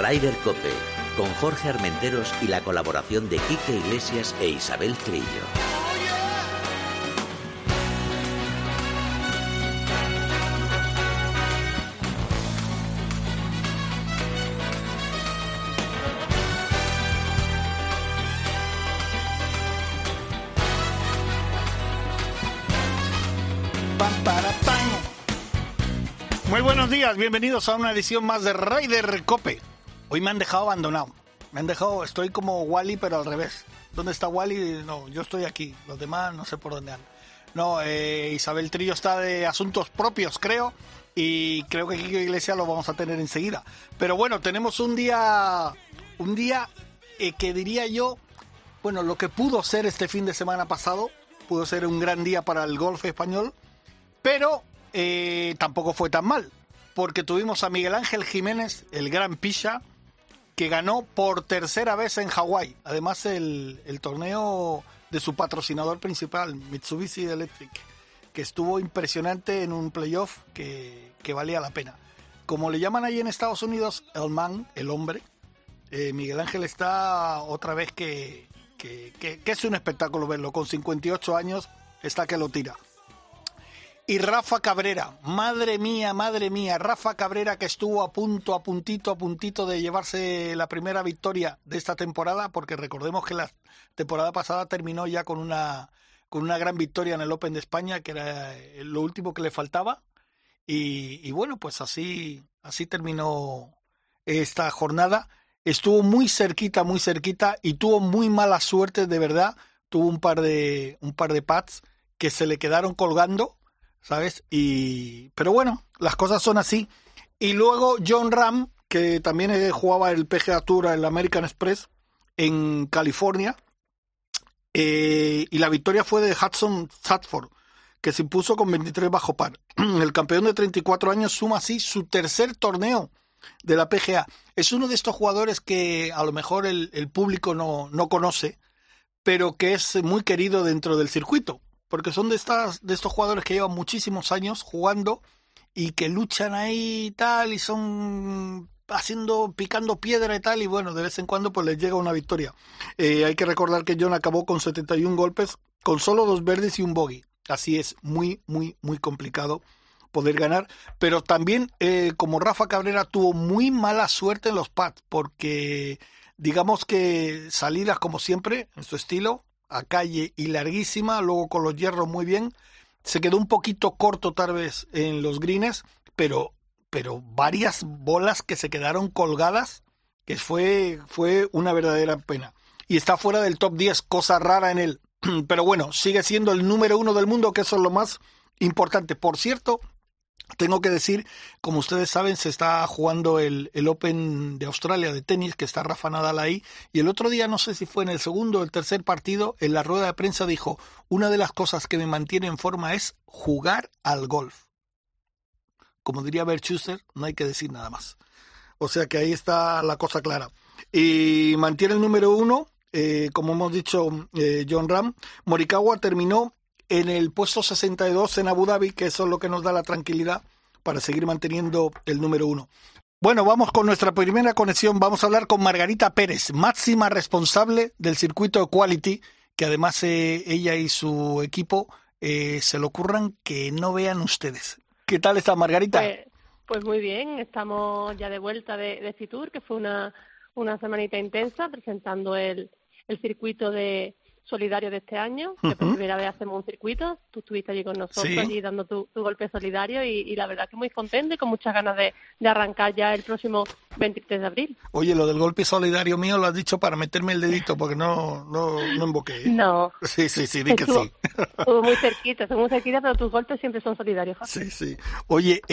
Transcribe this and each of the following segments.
Ryder Cope, con Jorge Armenteros y la colaboración de Quique Iglesias e Isabel Trillo. Muy buenos días, bienvenidos a una edición más de Ryder Cope. Hoy me han dejado abandonado. Estoy como Wally, pero al revés. ¿Dónde está Wally? No, yo estoy aquí. Los demás no sé por dónde andan. No, Isabel Trillo está de asuntos propios, creo. Y creo que Quique Iglesias lo vamos a tener enseguida. Pero bueno, tenemos un día que diría yo, bueno, lo que pudo ser este fin de semana pasado, pudo ser un gran día para el golf español, pero tampoco fue tan mal, porque tuvimos a Miguel Ángel Jiménez, el gran Pisha, que ganó por tercera vez en Hawái. Además, el torneo de su patrocinador principal, Mitsubishi Electric, que estuvo impresionante en un playoff que valía la pena. Como le llaman ahí en Estados Unidos, el man, el hombre, Miguel Ángel está otra vez que es un espectáculo verlo. Con 58 años está que lo tira. Y Rafa Cabrera, madre mía, Rafa Cabrera, que estuvo a puntito de llevarse la primera victoria de esta temporada, porque recordemos que la temporada pasada terminó ya con una gran victoria en el Open de España, que era lo último que le faltaba, y bueno, pues así terminó esta jornada. Estuvo muy cerquita, y tuvo muy mala suerte, de verdad. Tuvo un par de pads que se le quedaron colgando, ¿sabes? Pero bueno, las cosas son así. Y luego Jon Rahm, que también jugaba el PGA Tour, el American Express, en California, y la victoria fue de Hudson Sadford, que se impuso con 23 bajo par. El campeón de 34 años suma así su tercer torneo de la PGA. Es uno de estos jugadores que a lo mejor el público no conoce, pero que es muy querido dentro del circuito, porque son de estos jugadores que llevan muchísimos años jugando y que luchan ahí y tal, y son picando piedra y tal, y bueno, de vez en cuando pues les llega una victoria. Hay que recordar que John acabó con 71 golpes, con solo 2 verdes y un bogey. Así es muy complicado poder ganar, pero también como Rafa Cabrera tuvo muy mala suerte en los pads, porque digamos que salidas como siempre, en su estilo, a calle y larguísima, luego con los hierros muy bien, se quedó un poquito corto tal vez en los greens, pero varias bolas que se quedaron colgadas, que fue una verdadera pena. Y está fuera del top 10, cosa rara en él, pero bueno, sigue siendo el número 1 del mundo, que eso es lo más importante. Por cierto, tengo que decir, como ustedes saben, se está jugando el Open de Australia de tenis, que está Rafa Nadal ahí, y el otro día, no sé si fue en el segundo o el tercer partido, en la rueda de prensa dijo, una de las cosas que me mantiene en forma es jugar al golf. Como diría Bert Schuster, no hay que decir nada más. O sea que ahí está la cosa clara. Y mantiene el número 1, como hemos dicho, Jon Rahm. Morikawa terminó en el puesto 62 en Abu Dhabi, que eso es lo que nos da la tranquilidad para seguir manteniendo el número 1. Bueno, vamos con nuestra primera conexión. Vamos a hablar con Margarita Pérez, máxima responsable del circuito Equality, que además ella y su equipo se le ocurran que no vean ustedes. ¿Qué tal está, Margarita? Pues muy bien, estamos ya de vuelta de Fitur, que fue una semanita intensa presentando el circuito de solidario de este año, que por primera vez hacemos un circuito. Tú estuviste allí con nosotros, sí, y dando tu golpe solidario, y la verdad que muy contenta y con muchas ganas de arrancar ya el próximo 23 de abril. Oye, lo del golpe solidario mío lo has dicho para meterme el dedito, porque no invoqué. No. Sí, di que sí. Estuvo muy cerquita, pero tus golpes siempre son solidarios, Jorge. Sí. Oye,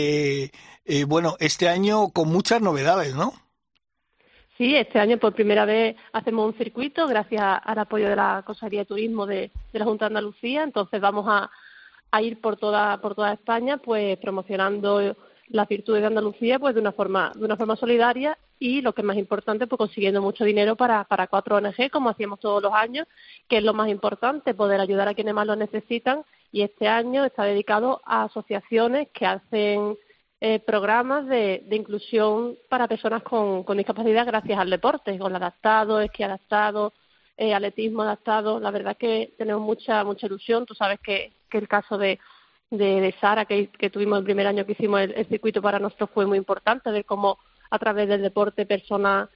bueno, este año con muchas novedades, ¿no? Sí, este año por primera vez hacemos un circuito gracias al apoyo de la Consejería de Turismo de la Junta de Andalucía. Entonces vamos a ir por toda España, pues promocionando las virtudes de Andalucía, pues de una forma solidaria, y lo que es más importante, pues consiguiendo mucho dinero para 4 ONG, como hacíamos todos los años, que es lo más importante, poder ayudar a quienes más lo necesitan. Y este año está dedicado a asociaciones que hacen programas de inclusión para personas con discapacidad gracias al deporte, con el adaptado, esquí adaptado, atletismo adaptado. La verdad que tenemos mucha ilusión. Tú sabes que el caso de Sara, que tuvimos el primer año que hicimos el circuito, para nosotros fue muy importante, ver cómo a través del deporte personas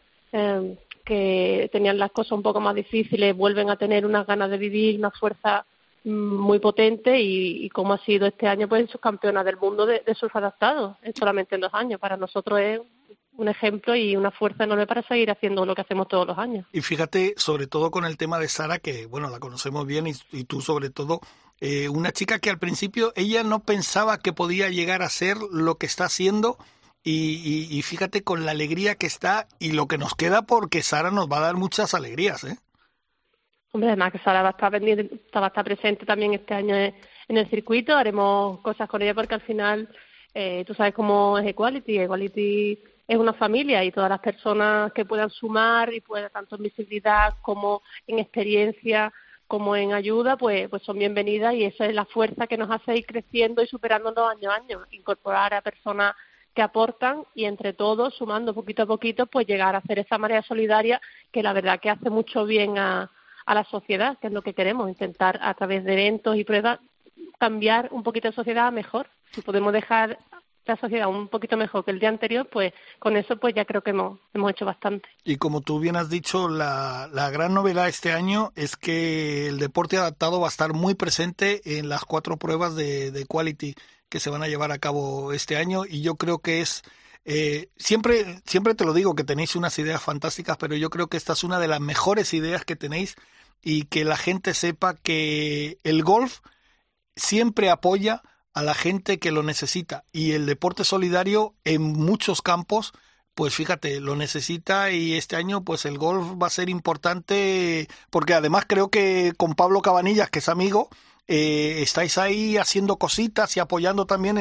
que tenían las cosas un poco más difíciles vuelven a tener unas ganas de vivir, una fuerza muy potente, y cómo ha sido este año pues subcampeona del mundo de surf adaptado solamente en 2 años. Para nosotros es un ejemplo y una fuerza enorme para seguir haciendo lo que hacemos todos los años. Y fíjate, sobre todo con el tema de Sara, que bueno, la conocemos bien, y tú sobre todo, una chica que al principio ella no pensaba que podía llegar a ser lo que está haciendo, y fíjate con la alegría que está y lo que nos queda, porque Sara nos va a dar muchas alegrías, ¿eh? Hombre, además que Sara va a estar presente también este año en el circuito. Haremos cosas con ella porque al final tú sabes cómo es Equality. Equality es una familia, y todas las personas que puedan sumar, y puedan tanto en visibilidad como en experiencia como en ayuda, pues son bienvenidas, y esa es la fuerza que nos hace ir creciendo y superándonos año a año, incorporar a personas que aportan, y entre todos, sumando poquito a poquito, pues llegar a hacer esa marea solidaria que la verdad que hace mucho bien a la sociedad, que es lo que queremos, intentar a través de eventos y pruebas cambiar un poquito la sociedad a mejor. Si podemos dejar la sociedad un poquito mejor que el día anterior, pues con eso pues ya creo que hemos hecho bastante. Y como tú bien has dicho, la gran novedad este año es que el deporte adaptado va a estar muy presente en las 4 pruebas de Quality que se van a llevar a cabo este año, y yo creo que es siempre te lo digo, que tenéis unas ideas fantásticas, pero yo creo que esta es una de las mejores ideas que tenéis, y que la gente sepa que el golf siempre apoya a la gente que lo necesita, y el deporte solidario en muchos campos, pues fíjate, lo necesita, y este año pues el golf va a ser importante, porque además creo que con Pablo Cabanillas, que es amigo, estáis ahí haciendo cositas y apoyando también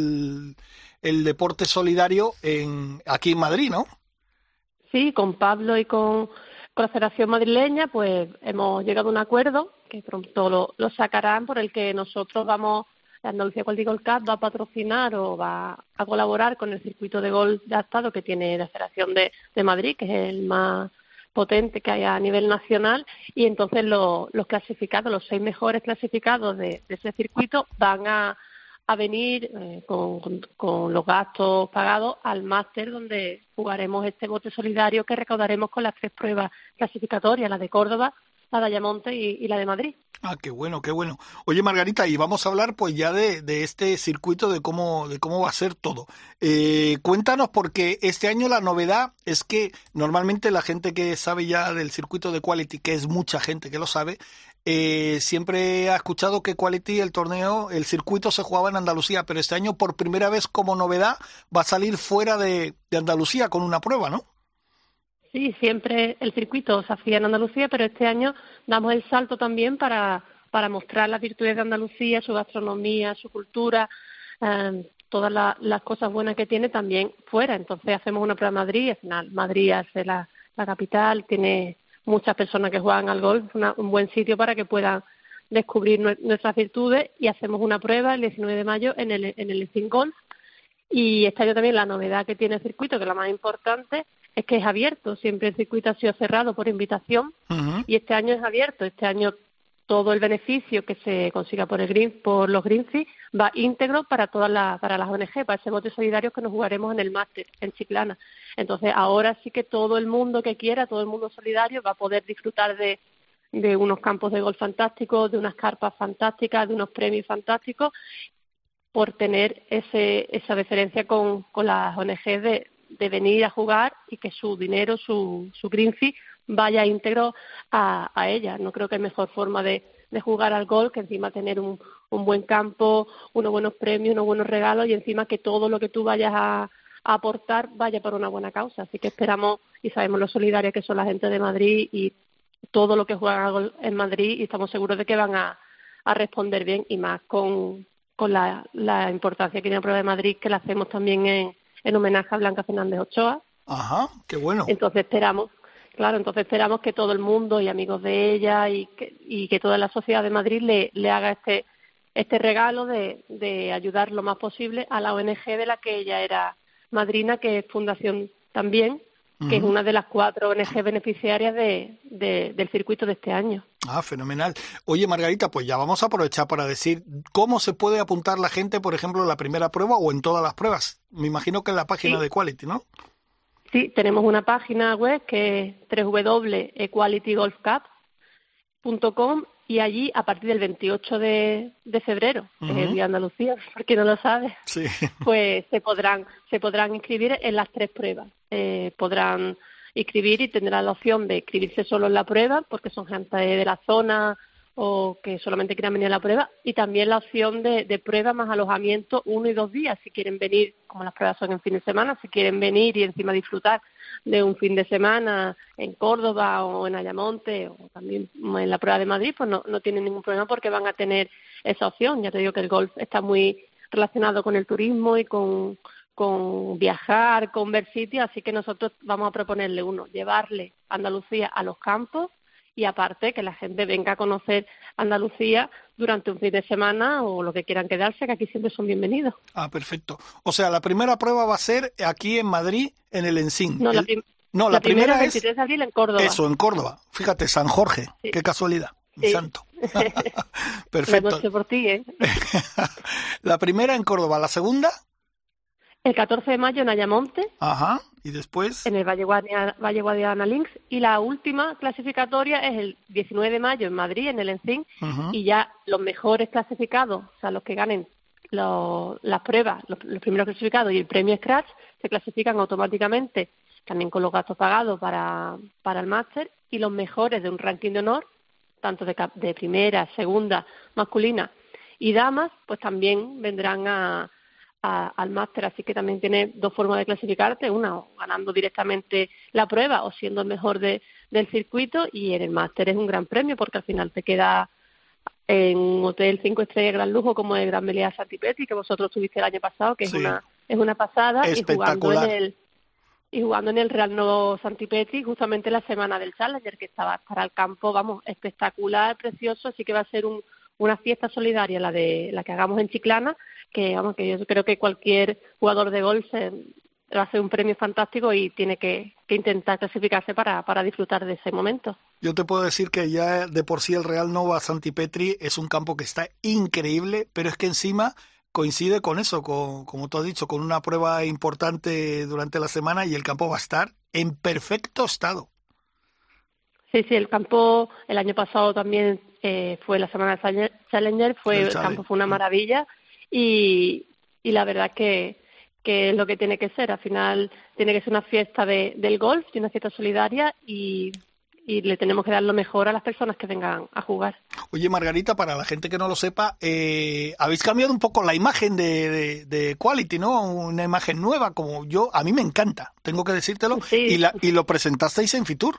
el deporte solidario aquí en Madrid, ¿no? Sí, con Pablo y con la Federación Madrileña pues hemos llegado a un acuerdo que pronto lo sacarán, por el que nosotros vamos, la Andalucía Quality Golf Cup va a patrocinar o va a colaborar con el circuito de golf adaptado que tiene la Federación de Madrid, que es el más potente que hay a nivel nacional, y entonces los clasificados, los 6 mejores clasificados de ese circuito van a venir con los gastos pagados al máster, donde jugaremos este bote solidario que recaudaremos con las 3 pruebas clasificatorias, la de Córdoba, la de Ayamonte y la de Madrid. Ah, qué bueno, qué bueno. Oye, Margarita, y vamos a hablar pues ya de este circuito, de cómo va a ser todo. Cuéntanos, porque este año la novedad es que normalmente la gente que sabe ya del circuito de Quality, que es mucha gente que lo sabe, siempre ha escuchado que Quality, el torneo, el circuito se jugaba en Andalucía, pero este año por primera vez como novedad va a salir fuera de Andalucía con una prueba, ¿no? Sí, siempre el circuito se hacía en Andalucía, pero este año damos el salto también para mostrar las virtudes de Andalucía, su gastronomía, su cultura, todas las cosas buenas que tiene también fuera. Entonces hacemos una prueba en Madrid, al final Madrid hace la capital, tiene muchas personas que juegan al golf, un buen sitio para que puedan descubrir nuestras virtudes, y hacemos una prueba el 19 de mayo en el Spin Golf. Y este año también la novedad que tiene el circuito, que es la más importante, es que es abierto. Siempre el circuito ha sido cerrado por invitación, y este año es abierto. Este año todo el beneficio que se consiga por los green fees va íntegro para para las ONG, para ese bote solidario que nos jugaremos en el máster en Chiclana. Entonces ahora sí que todo el mundo que quiera, todo el mundo solidario, va a poder disfrutar de unos campos de golf fantásticos, de unas carpas fantásticas, de unos premios fantásticos, por tener esa deferencia con las ONG de venir a jugar, y que su dinero, su green fee, vaya íntegro a ellas. No creo que hay mejor forma de jugar al golf que encima tener un buen campo, unos buenos premios, unos buenos regalos, y encima que todo lo que tú vayas a aportar vaya para una buena causa. Así que esperamos, y sabemos lo solidaria que son la gente de Madrid y todo lo que juegan al golf en Madrid, y estamos seguros de que van a responder bien, y más con la importancia que tiene la prueba de Madrid, que la hacemos también en homenaje a Blanca Fernández Ochoa. Ajá, qué bueno. Entonces esperamos que todo el mundo y amigos de ella y que toda la sociedad de Madrid le haga este regalo de ayudar lo más posible a la ONG de la que ella era madrina, que es Fundación También, que es una de las 4 ONG beneficiarias del circuito de este año. Ah, fenomenal. Oye, Margarita, pues ya vamos a aprovechar para decir cómo se puede apuntar la gente, por ejemplo, en la primera prueba o en todas las pruebas. Me imagino que en la página de Quality, ¿no? Sí, tenemos una página web que es www.equalitygolfcup.com y allí, a partir del 28 de febrero, que es el Día de Andalucía, por quien no lo sabe, sí. pues se podrán inscribir en las 3 pruebas. Podrán inscribir y tendrán la opción de inscribirse solo en la prueba, porque son gente de la zona o que solamente quieran venir a la prueba, y también la opción de prueba más alojamiento 1 y 2 días, si quieren venir, como las pruebas son en fin de semana, si quieren venir y encima disfrutar de un fin de semana en Córdoba o en Ayamonte o también en la prueba de Madrid, pues no tienen ningún problema porque van a tener esa opción. Ya te digo que el golf está muy relacionado con el turismo y con viajar, con ver sitios, así que nosotros vamos a proponerle llevarle Andalucía a los campos y aparte que la gente venga a conocer Andalucía durante un fin de semana o lo que quieran quedarse, que aquí siempre son bienvenidos. Ah, perfecto. O sea, la primera prueba va a ser aquí en Madrid, en el Ensín. No, la primera es 23 de abril en Córdoba. Eso, en Córdoba. Fíjate, San Jorge. Sí. Qué casualidad. Sí. Santo. Perfecto. Lo hemos hecho por ti, ¿eh? La primera en Córdoba. ¿La segunda? El 14 de mayo en Ayamonte. Ajá. ¿Y después? En el Valle Guadiana Links. Y la última clasificatoria es el 19 de mayo en Madrid, en el Ensín. Y ya los mejores clasificados, o sea, los que ganen las pruebas, los primeros clasificados y el premio Scratch, se clasifican automáticamente, también con los gastos pagados para el máster. Y los mejores de un ranking de honor, tanto de primera, segunda, masculina y damas, pues también vendrán al máster, así que también tienes 2 formas de clasificarte, una ganando directamente la prueba o siendo el mejor del circuito, y en el máster es un gran premio porque al final te queda en un hotel 5 estrellas gran lujo como el Gran Meliá Santipetri, que vosotros tuviste el año pasado, que sí. es una pasada, y jugando en el Real Novo Santipetri justamente la semana del Challenger, que estará el campo, vamos, espectacular, precioso, así que va a ser una fiesta solidaria la que hagamos en Chiclana, que vamos, que yo creo que cualquier jugador de golf va a ser un premio fantástico y tiene que intentar clasificarse para disfrutar de ese momento. Yo te puedo decir que ya de por sí el Real Novo Santipetri es un campo que está increíble, pero es que encima coincide con eso, como tú has dicho, con una prueba importante durante la semana y el campo va a estar en perfecto estado. Sí, el campo el año pasado también fue la semana del Challenger, el campo fue una maravilla y la verdad que es lo que tiene que ser. Al final tiene que ser una fiesta del golf y una fiesta solidaria y le tenemos que dar lo mejor a las personas que vengan a jugar. Oye, Margarita, para la gente que no lo sepa, habéis cambiado un poco la imagen de Quality, ¿no? Una imagen nueva, como a mí me encanta, tengo que decírtelo, sí. y lo presentasteis en Fitur.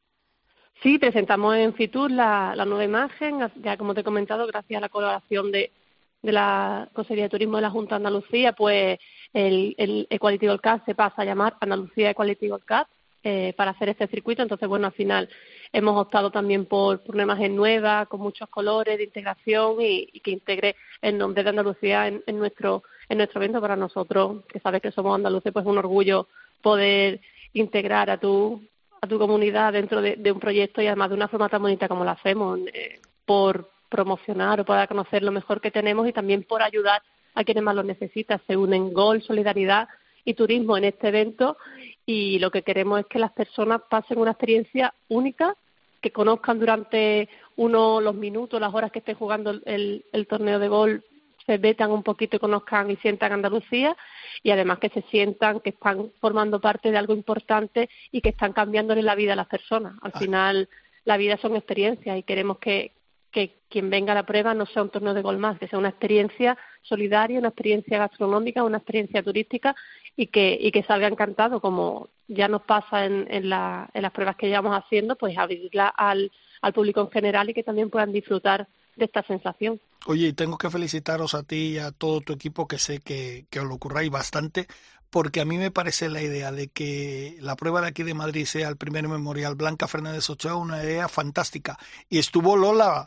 Sí, presentamos en Fitur la nueva imagen, ya como te he comentado, gracias a la colaboración de la Consejería de Turismo de la Junta de Andalucía, pues el Equality Golf Cup se pasa a llamar Andalucía Equality Golf Cup para hacer este circuito. Entonces, bueno, al final hemos optado también por una imagen nueva, con muchos colores de integración y que integre el nombre de Andalucía en nuestro evento. Para nosotros, que sabes que somos andaluces, pues es un orgullo poder integrar a tu comunidad dentro de un proyecto y además de una forma tan bonita como lo hacemos, por promocionar o para conocer lo mejor que tenemos y también por ayudar a quienes más lo necesitan. Se unen golf, solidaridad y turismo en este evento y lo que queremos es que las personas pasen una experiencia única, que conozcan durante los minutos, las horas que estén jugando el torneo de golf, se metan un poquito y conozcan y sientan Andalucía y además que se sientan que están formando parte de algo importante y que están cambiándole la vida a las personas. Al final la vida son experiencias y queremos que quien venga a la prueba no sea un torneo de golf más, que sea una experiencia solidaria, una experiencia gastronómica, una experiencia turística y que salga encantado, como ya nos pasa en las pruebas que llevamos haciendo, pues abrirla al público en general y que también puedan disfrutar de esta sensación. Oye, y tengo que felicitaros a ti y a todo tu equipo, que sé que os lo curráis bastante, porque a mí me parece la idea de que la prueba de aquí de Madrid sea el primer memorial Blanca Fernández Ochoa una idea fantástica. Y estuvo Lola,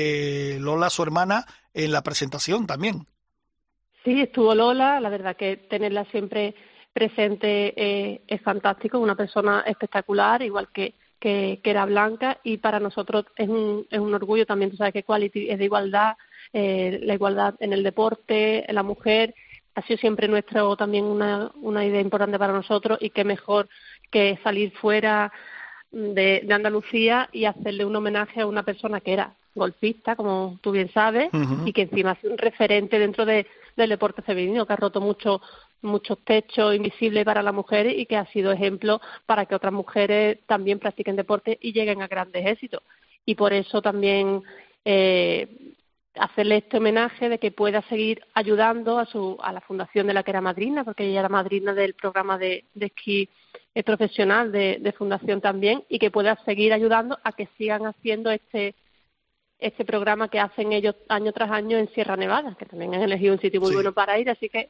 su hermana, en la presentación también. Sí, estuvo Lola, la verdad que tenerla siempre presente es fantástico, una persona espectacular, igual que era Blanca, y para nosotros es un orgullo también. Tú sabes que Quality es de igualdad, la igualdad en el deporte, en la mujer, ha sido siempre también una idea importante para nosotros, y qué mejor que salir fuera de Andalucía y hacerle un homenaje a una persona que era golfista, como tú bien sabes, y que encima ha sido un referente dentro del deporte femenino, que ha roto muchos techos invisibles para las mujeres y que ha sido ejemplo para que otras mujeres también practiquen deporte y lleguen a grandes éxitos. Y por eso también hacerle este homenaje de que pueda seguir ayudando a la fundación de la que era madrina, porque ella era madrina del programa de esquí profesional de fundación también, y que pueda seguir ayudando a que sigan haciendo este programa que hacen ellos año tras año en Sierra Nevada, que también han elegido un sitio muy bueno para ir, así que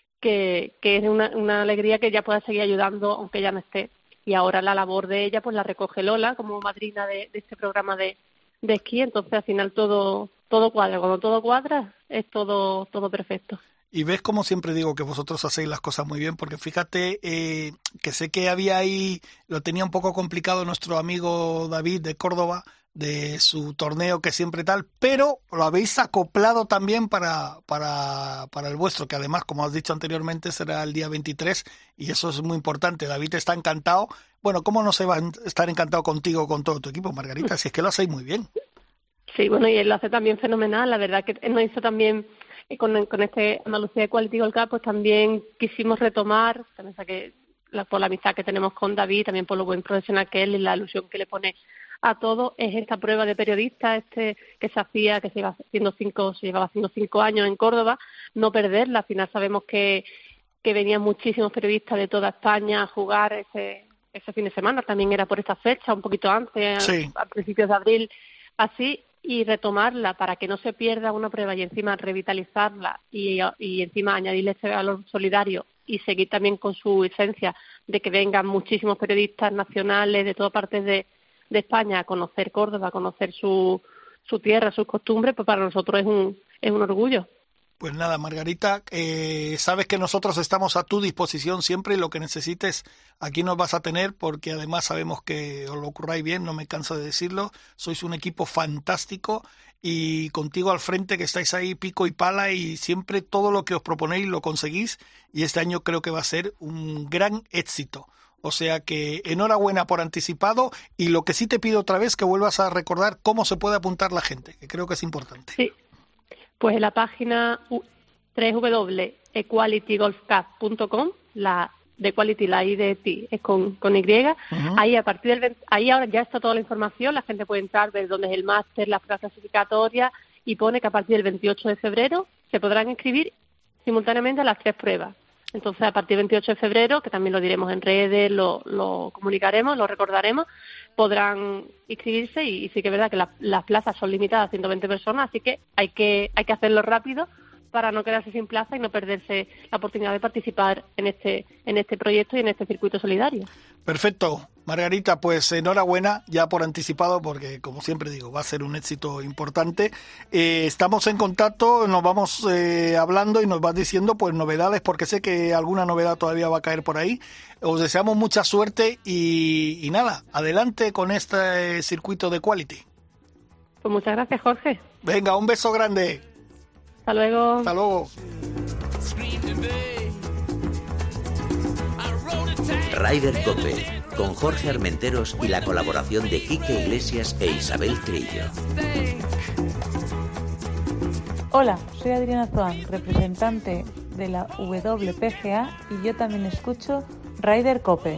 es una alegría que ella pueda seguir ayudando aunque ella no esté. Y ahora la labor de ella pues la recoge Lola como madrina de este programa de esquí. Entonces al final todo cuadra. Cuando todo cuadra es todo perfecto. Y ves, como siempre digo, que vosotros hacéis las cosas muy bien, porque fíjate que sé que había ahí, lo tenía un poco complicado nuestro amigo David de Córdoba, de su torneo que siempre tal, pero lo habéis acoplado también para el vuestro, que además, como has dicho anteriormente, será el día 23, y eso es muy importante. David está encantado. Bueno, ¿cómo no se va a estar encantado contigo, con todo tu equipo, Margarita? Si es que lo hacéis muy bien. Sí, bueno, y él lo hace también fenomenal. La verdad que él nos hizo también, con este Andalucía Equality Gold Cup, pues también quisimos retomar, también por la amistad que tenemos con David, también por lo buen profesional que él y la ilusión que le pone a todo, es esta prueba de periodistas que se llevaba haciendo 5 años en Córdoba, no perderla. Al final sabemos que venían muchísimos periodistas de toda España a jugar ese fin de semana, también era por esta fecha, un poquito antes, sí, a principios de abril, así, y retomarla para que no se pierda una prueba y encima revitalizarla y encima añadirle este valor solidario y seguir también con su esencia de que vengan muchísimos periodistas nacionales de todas partes de España a conocer Córdoba, a conocer su tierra, sus costumbres, pues para nosotros es un orgullo. Pues nada, Margarita, sabes que nosotros estamos a tu disposición siempre, y lo que necesites aquí nos vas a tener, porque además sabemos que os lo curráis bien, no me canso de decirlo, sois un equipo fantástico, y contigo al frente, que estáis ahí pico y pala, y siempre todo lo que os proponéis lo conseguís, y este año creo que va a ser un gran éxito. O sea que enhorabuena por anticipado, y lo que sí te pido otra vez que vuelvas a recordar cómo se puede apuntar la gente, que creo que es importante. Sí. Pues en la página www.equalitygolfcup.com, la de Equality, la I de ti es con Y. Ahí ahí ahora ya está toda la información, la gente puede entrar, ver dónde es el máster, las pruebas clasificatorias, y pone que a partir del 28 de febrero se podrán inscribir simultáneamente a las 3 pruebas. Entonces, a partir del 28 de febrero, que también lo diremos en redes, lo comunicaremos, lo recordaremos, podrán inscribirse, y sí que es verdad que las plazas son limitadas a 120 personas, así que hay que hacerlo rápido para no quedarse sin plaza y no perderse la oportunidad de participar en este proyecto y en este circuito solidario. Perfecto. Margarita, pues enhorabuena ya por anticipado, porque como siempre digo, va a ser un éxito importante. Estamos en contacto, nos vamos hablando y nos vas diciendo pues novedades, porque sé que alguna novedad todavía va a caer por ahí. Os deseamos mucha suerte y nada, adelante con este circuito de Quality. Pues muchas gracias, Jorge. Venga, un beso grande. Hasta luego. Hasta luego. Ryder Cope, con Jorge Armenteros y la colaboración de Quique Iglesias e Isabel Trillo. Hola, soy Adriana Zoán, representante de la WPGA, y yo también escucho Ryder Cope.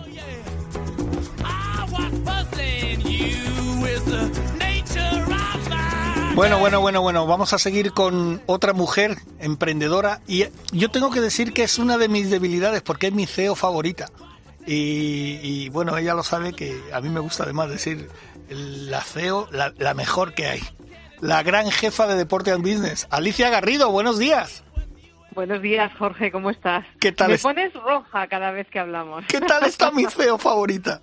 Bueno, vamos a seguir con otra mujer emprendedora, y yo tengo que decir que es una de mis debilidades porque es mi CEO favorita, y bueno, ella lo sabe, que a mí me gusta además decir la CEO, la mejor que hay, la gran jefa de Deporte and Business, Alicia Garrido. Buenos días. Buenos días, Jorge, ¿cómo estás? ¿Qué tal? Me pones roja cada vez que hablamos. ¿Qué tal está mi CEO favorita?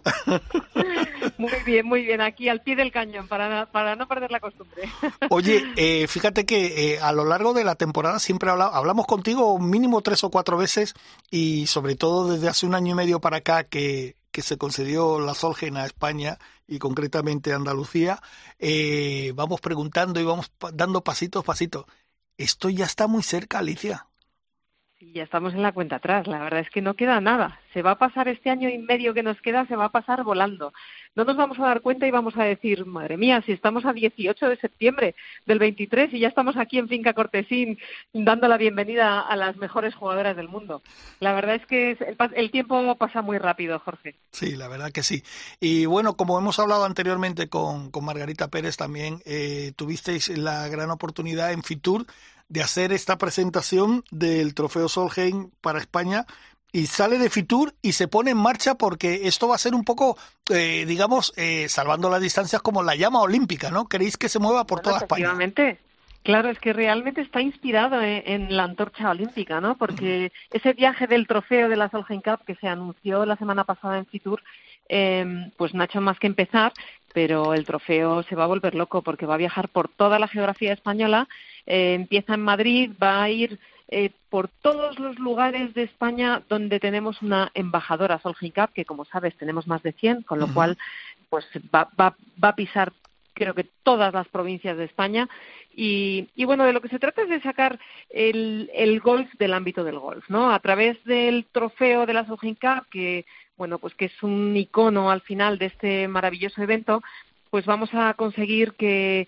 Muy bien, aquí al pie del cañón, para no perder la costumbre. Oye, fíjate que a lo largo de la temporada siempre hablamos contigo mínimo 3 o 4 veces, y sobre todo desde hace 1 año y medio para acá que se concedió la Solheim a España y concretamente a Andalucía, vamos preguntando y vamos dando pasitos. Esto ya está muy cerca, Alicia. Sí, ya estamos en la cuenta atrás, la verdad es que no queda nada. Se va a pasar este año y medio que nos queda, se va a pasar volando. No nos vamos a dar cuenta y vamos a decir, madre mía, si estamos a 18 de septiembre del 23 y ya estamos aquí en Finca Cortesín dando la bienvenida a las mejores jugadoras del mundo. La verdad es que el tiempo pasa muy rápido, Jorge. Sí, la verdad que sí. Y bueno, como hemos hablado anteriormente con Margarita Pérez también, tuvisteis la gran oportunidad en Fitur de hacer esta presentación del Trofeo Solheim para España, y sale de Fitur y se pone en marcha porque esto va a ser un poco, digamos, salvando las distancias, como la llama olímpica, ¿no? ¿Queréis que se mueva por toda España? Efectivamente. Claro, es que realmente está inspirado en la antorcha olímpica, ¿no? Porque ese viaje del trofeo de la Solheim Cup que se anunció la semana pasada en Fitur, pues no ha hecho más que empezar, pero el trofeo se va a volver loco porque va a viajar por toda la geografía española, empieza en Madrid, va a ir por todos los lugares de España donde tenemos una embajadora Solheim Cup, que como sabes tenemos más de 100, con lo cual pues va a pisar creo que todas las provincias de España. Y bueno, de lo que se trata es de sacar el golf del ámbito del golf, ¿no? A través del trofeo de la Solheim Cup, que bueno, pues que es un icono al final de este maravilloso evento, pues vamos a conseguir que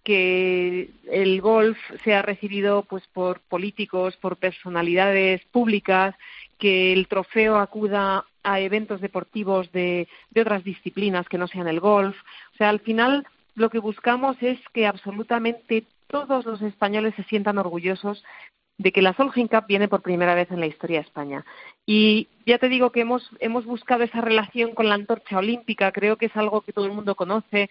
el golf sea recibido pues por políticos, por personalidades públicas, que el trofeo acuda a eventos deportivos de otras disciplinas que no sean el golf. O sea, al final lo que buscamos es que absolutamente todos los españoles se sientan orgullosos de que la Solheim Cup viene por primera vez en la historia de España. Y ya te digo que hemos buscado esa relación con la antorcha olímpica, creo que es algo que todo el mundo conoce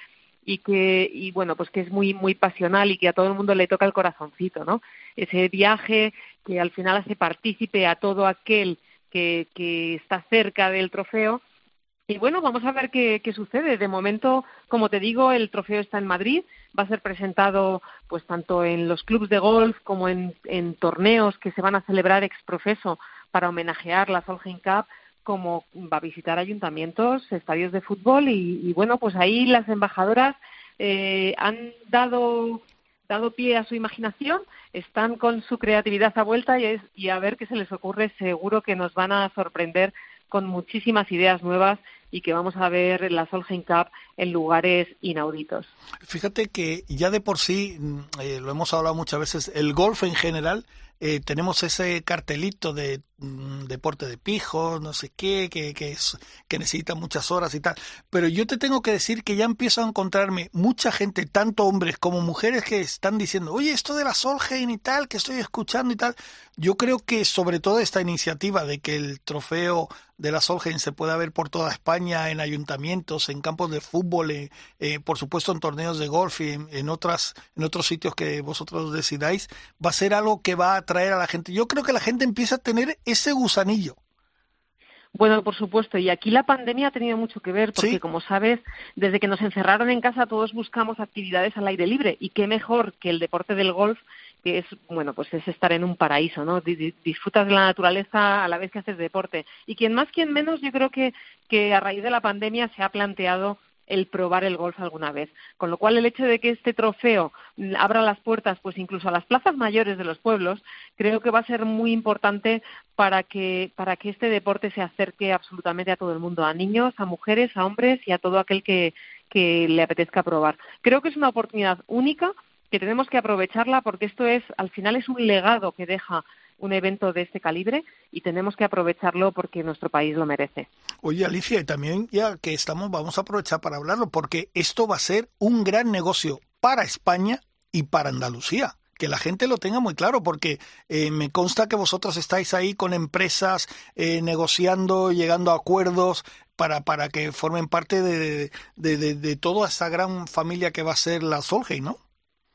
y bueno, pues que es muy muy pasional y que a todo el mundo le toca el corazoncito, ¿no? Ese viaje que al final hace partícipe a todo aquel que está cerca del trofeo. Y bueno, vamos a ver qué sucede. De momento, como te digo, el trofeo está en Madrid, va a ser presentado pues tanto en los clubes de golf como en torneos que se van a celebrar ex profeso para homenajear la Solheim Cup, como va a visitar ayuntamientos, estadios de fútbol y bueno, pues ahí las embajadoras han dado pie a su imaginación, están con su creatividad a vuelta y a ver qué se les ocurre. Seguro que nos van a sorprender con muchísimas ideas nuevas y que vamos a ver la Solheim Cup en lugares inauditos. Fíjate que ya de por sí, lo hemos hablado muchas veces, el golf en general, tenemos ese cartelito de deporte de pijos, no sé qué, que necesita muchas horas y tal, pero yo te tengo que decir que ya empiezo a encontrarme mucha gente, tanto hombres como mujeres, que están diciendo, oye, esto de la Solheim y tal, que estoy escuchando y tal. Yo creo que sobre todo esta iniciativa de que el trofeo de la Solheim se pueda ver por toda España, en ayuntamientos, en campos de fútbol, por supuesto en torneos de golf y en otros sitios que vosotros decidáis, va a ser algo que va a atraer a la gente. Yo creo que la gente empieza a tener ese gusanillo. Bueno, por supuesto, y aquí la pandemia ha tenido mucho que ver, porque, ¿sí?, como sabes, desde que nos encerraron en casa todos buscamos actividades al aire libre, y qué mejor que el deporte del golf, que es, bueno, pues es estar en un paraíso, ¿no? Disfrutas de la naturaleza a la vez que haces deporte. Y quien más, quien menos, yo creo que a raíz de la pandemia se ha planteado el probar el golf alguna vez. Con lo cual, el hecho de que este trofeo abra las puertas, pues incluso a las plazas mayores de los pueblos, creo que va a ser muy importante para que este deporte se acerque absolutamente a todo el mundo, a niños, a mujeres, a hombres y a todo aquel que le apetezca probar. Creo que es una oportunidad única que tenemos que aprovecharla, porque esto al final es un legado que deja un evento de este calibre y tenemos que aprovecharlo porque nuestro país lo merece. Oye, Alicia, y también ya que estamos, vamos a aprovechar para hablarlo, porque esto va a ser un gran negocio para España y para Andalucía. Que la gente lo tenga muy claro, porque me consta que vosotros estáis ahí con empresas negociando, llegando a acuerdos para que formen parte de toda esa gran familia que va a ser la Solheim, ¿no?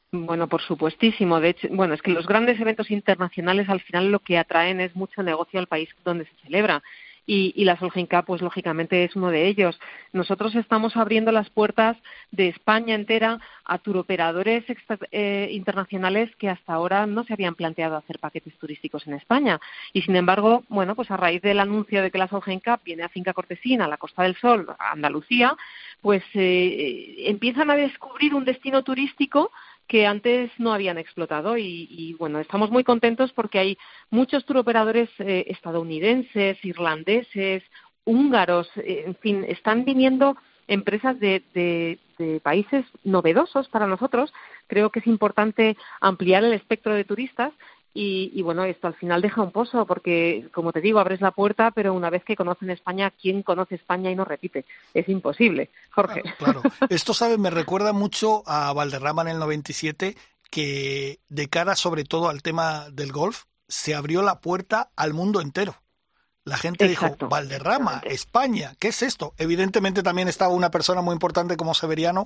Bueno, por supuestísimo. De hecho, bueno, es que los grandes eventos internacionales al final lo que atraen es mucho negocio al país donde se celebra. Y la Solheim Cup, pues lógicamente es uno de ellos. Nosotros estamos abriendo las puertas de España entera a turoperadores internacionales que hasta ahora no se habían planteado hacer paquetes turísticos en España. Y sin embargo, bueno, pues a raíz del anuncio de que la Solheim Cup viene a Finca Cortesín, a la Costa del Sol, a Andalucía, pues empiezan a descubrir un destino turístico que antes no habían explotado y bueno, estamos muy contentos porque hay muchos turoperadores estadounidenses, irlandeses, húngaros, en fin, están viniendo empresas de países novedosos para nosotros. Creo que es importante ampliar el espectro de turistas y bueno, esto al final deja un pozo porque, como te digo, abres la puerta, pero una vez que conocen España, ¿quién conoce España y no repite? Es imposible, Jorge. Claro. Esto, ¿sabes? Me recuerda mucho a Valderrama en el 97, que de cara sobre todo al tema del golf, se abrió la puerta al mundo entero. La gente Exacto, dijo, Valderrama, España, ¿qué es esto? Evidentemente también estaba una persona muy importante como Severiano,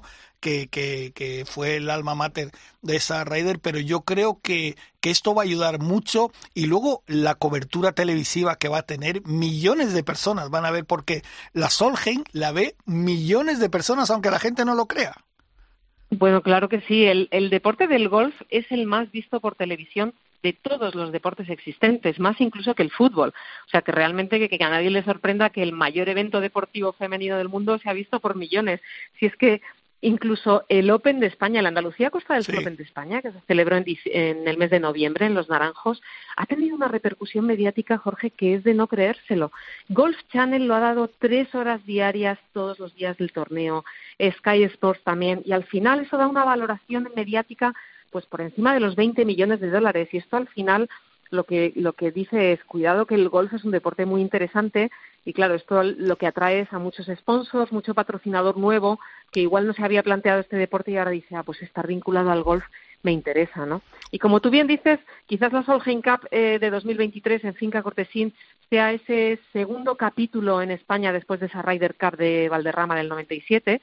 que fue el alma mater de esa Ryder, pero yo creo que esto va a ayudar mucho y luego la cobertura televisiva que va a tener, millones de personas van a ver, porque la Solheim la ve millones de personas, aunque la gente no lo crea. Bueno, claro que sí. El deporte del golf es el más visto por televisión de todos los deportes existentes, más incluso que el fútbol. O sea, que realmente que a nadie le sorprenda que el mayor evento deportivo femenino del mundo se ha visto por millones. Si es que incluso el Open de España, el Andalucía Costa del Sol Open de España, que se celebró en el mes de noviembre en Los Naranjos, ha tenido una repercusión mediática, Jorge, que es de no creérselo. Golf Channel lo ha dado 3 horas diarias todos los días del torneo, Sky Sports también, y al final eso da una valoración mediática pues por encima de los 20 millones de dólares, y esto al final lo que dice es, cuidado que el golf es un deporte muy interesante, y claro, esto lo que atrae es a muchos sponsors, mucho patrocinador nuevo, que igual no se había planteado este deporte y ahora dice, pues estar vinculado al golf me interesa, ¿no? Y como tú bien dices, quizás la Solheim Cup de 2023 en Finca Cortesín sea ese segundo capítulo en España después de esa Ryder Cup de Valderrama del 97.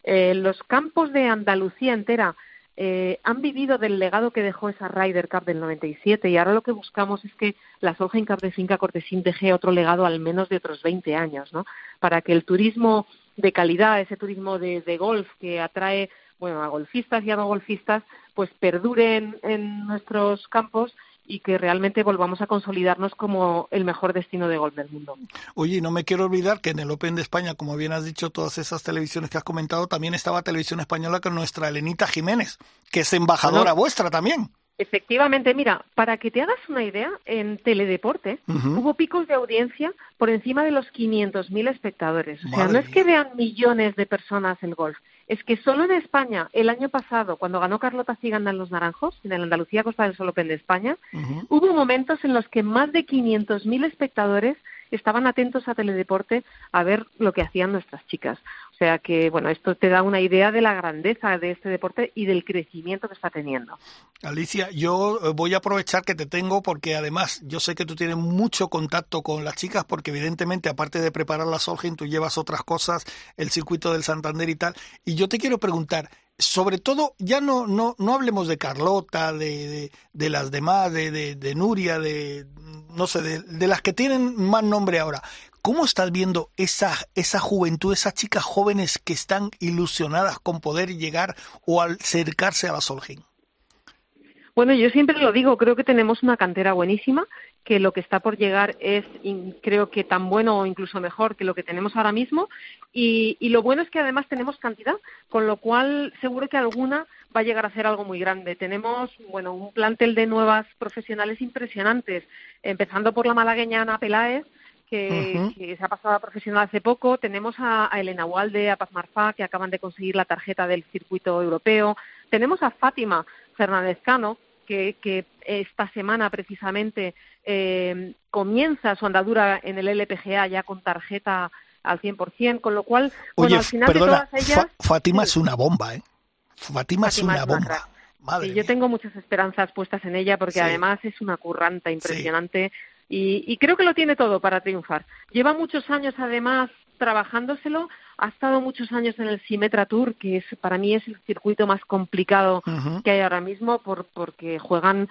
Los campos de Andalucía entera han vivido del legado que dejó esa Ryder Cup del 97 y ahora lo que buscamos es que la Solheim Cup de Finca Cortesín deje otro legado al menos de otros 20 años, ¿no? Para que el turismo de calidad, ese turismo de golf que atrae, bueno, a golfistas y a no golfistas, pues perdure en nuestros campos y que realmente volvamos a consolidarnos como el mejor destino de golf del mundo. Oye, no me quiero olvidar que en el Open de España, como bien has dicho, todas esas televisiones que has comentado, también estaba Televisión Española con nuestra Elenita Jiménez, que es embajadora vuestra también. Efectivamente, mira, para que te hagas una idea, en Teledeporte hubo picos de audiencia por encima de los 500.000 espectadores. O sea, no es que vean millones de personas el golf, es que solo en España, el año pasado, cuando ganó Carlota Ciganda en Los Naranjos, en el Andalucía Costa del Sol Open de España, hubo momentos en los que más de 500.000 espectadores estaban atentos a Teledeporte a ver lo que hacían nuestras chicas. O sea que, bueno, esto te da una idea de la grandeza de este deporte y del crecimiento que está teniendo. Alicia, yo voy a aprovechar que te tengo porque además yo sé que tú tienes mucho contacto con las chicas porque evidentemente aparte de preparar la Solheim tú llevas otras cosas, el circuito del Santander y tal, y yo te quiero preguntar, sobre todo, ya no hablemos de Carlota, de las demás, de Nuria, no sé, de las que tienen más nombre ahora. ¿Cómo estás viendo esa juventud, esas chicas jóvenes que están ilusionadas con poder llegar o acercarse a la Solheim? Bueno, yo siempre lo digo, creo que tenemos una cantera buenísima, que lo que está por llegar es, creo que tan bueno o incluso mejor que lo que tenemos ahora mismo, y lo bueno es que además tenemos cantidad, con lo cual seguro que alguna va a llegar a ser algo muy grande. Tenemos, bueno, un plantel de nuevas profesionales impresionantes, empezando por la malagueña Ana Peláez, que se ha pasado a profesional hace poco. Tenemos a Elena Walde, a Paz Marfá, que acaban de conseguir la tarjeta del circuito europeo. Tenemos a Fátima Fernández Cano, que esta semana precisamente comienza su andadura en el LPGA ya con tarjeta al 100%, con lo cual, bueno, al final perdona, de todas ellas... Fátima es una bomba, ¿eh? Fátima es una bomba. Madre mía. Yo tengo muchas esperanzas puestas en ella porque además es una curranta impresionante y creo que lo tiene todo para triunfar. Lleva muchos años además trabajándoselo, ha estado muchos años en el Symetra Tour, que para mí es el circuito más complicado que hay ahora mismo porque juegan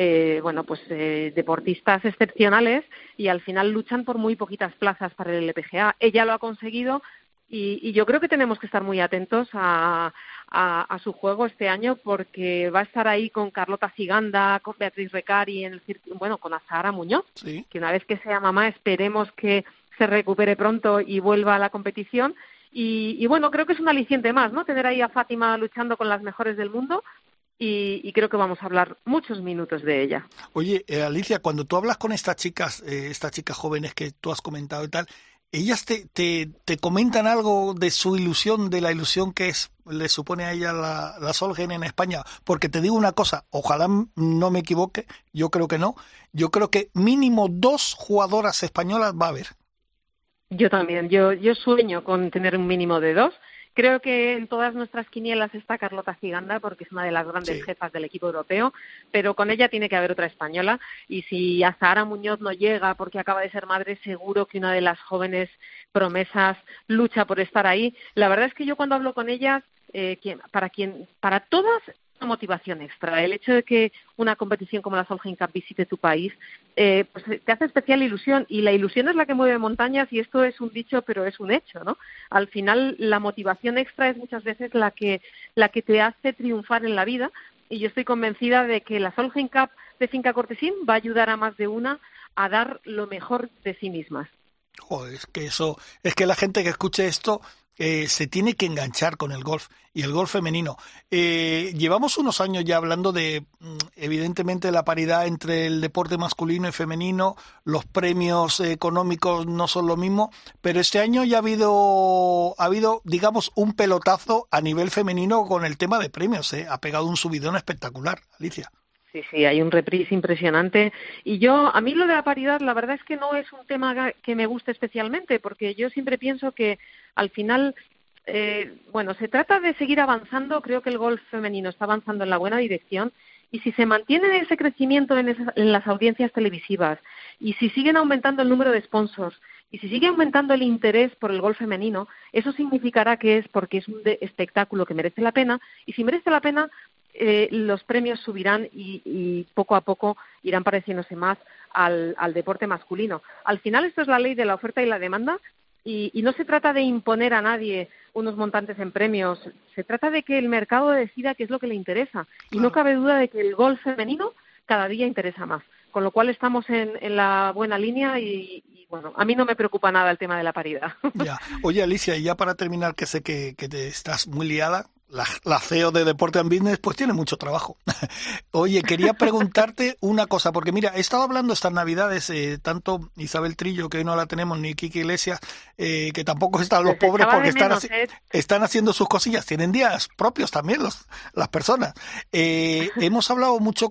deportistas excepcionales y al final luchan por muy poquitas plazas para el LPGA. Ella lo ha conseguido y yo creo que tenemos que estar muy atentos a su juego este año, porque va a estar ahí con Carlota Ciganda, con Beatriz Recari, con Azahara Muñoz, sí, que una vez que sea mamá esperemos que se recupere pronto y vuelva a la competición. Y bueno, creo que es un aliciente más, ¿no? Tener ahí a Fátima luchando con las mejores del mundo y creo que vamos a hablar muchos minutos de ella. Oye, Alicia, cuando tú hablas con estas chicas jóvenes que tú has comentado y tal, ¿ellas te comentan algo de su ilusión, de la ilusión que le supone a ella la Solheim en España? Porque te digo una cosa, ojalá no me equivoque, yo creo que no, yo creo que mínimo 2 jugadoras españolas va a haber. Yo también, yo sueño con tener un mínimo de 2. Creo que en todas nuestras quinielas está Carlota Ciganda, porque es una de las grandes jefas del equipo europeo, pero con ella tiene que haber otra española. Y si Azahara Muñoz no llega porque acaba de ser madre, seguro que una de las jóvenes promesas lucha por estar ahí. La verdad es que yo cuando hablo con ellas, para todas, una motivación extra. El hecho de que una competición como la Solheim Cup visite tu país, pues te hace especial ilusión, y la ilusión es la que mueve montañas, y esto es un dicho, pero es un hecho, ¿no? Al final, la motivación extra es muchas veces la que te hace triunfar en la vida, y yo estoy convencida de que la Solheim Cup de Finca Cortesín va a ayudar a más de una a dar lo mejor de sí mismas. Joder, es que la gente que escuche esto se tiene que enganchar con el golf y el golf femenino. Llevamos unos años ya hablando de, evidentemente, la paridad entre el deporte masculino y femenino. Los premios económicos no son lo mismo, pero este año ya ha habido, digamos, un pelotazo a nivel femenino con el tema de premios. Ha pegado un subidón espectacular, Alicia. Sí, hay un reprise impresionante. Y a mí lo de la paridad, la verdad es que no es un tema que me guste especialmente, porque yo siempre pienso que al final, se trata de seguir avanzando. Creo que el golf femenino está avanzando en la buena dirección, y si se mantiene ese crecimiento en las audiencias televisivas, y si siguen aumentando el número de sponsors, y si sigue aumentando el interés por el golf femenino, eso significará que es porque es un espectáculo que merece la pena, y si merece la pena, los premios subirán y poco a poco irán pareciéndose más al deporte masculino. Al final, esto es la ley de la oferta y la demanda, y no se trata de imponer a nadie unos montantes en premios, se trata de que el mercado decida qué es lo que le interesa. Y no cabe duda de que el golf femenino cada día interesa más, con lo cual estamos en la buena línea y a mí no me preocupa nada el tema de la paridad. Ya. Oye, Alicia, y ya para terminar, que sé que te estás muy liada, la CEO de Deporte and Business pues tiene mucho trabajo. Oye, quería preguntarte una cosa, porque mira, he estado hablando estas Navidades, tanto Isabel Trillo, que hoy no la tenemos, ni Kiki Iglesias, que tampoco están los pobres porque están haciendo sus cosillas, tienen días propios también las personas. Hemos hablado mucho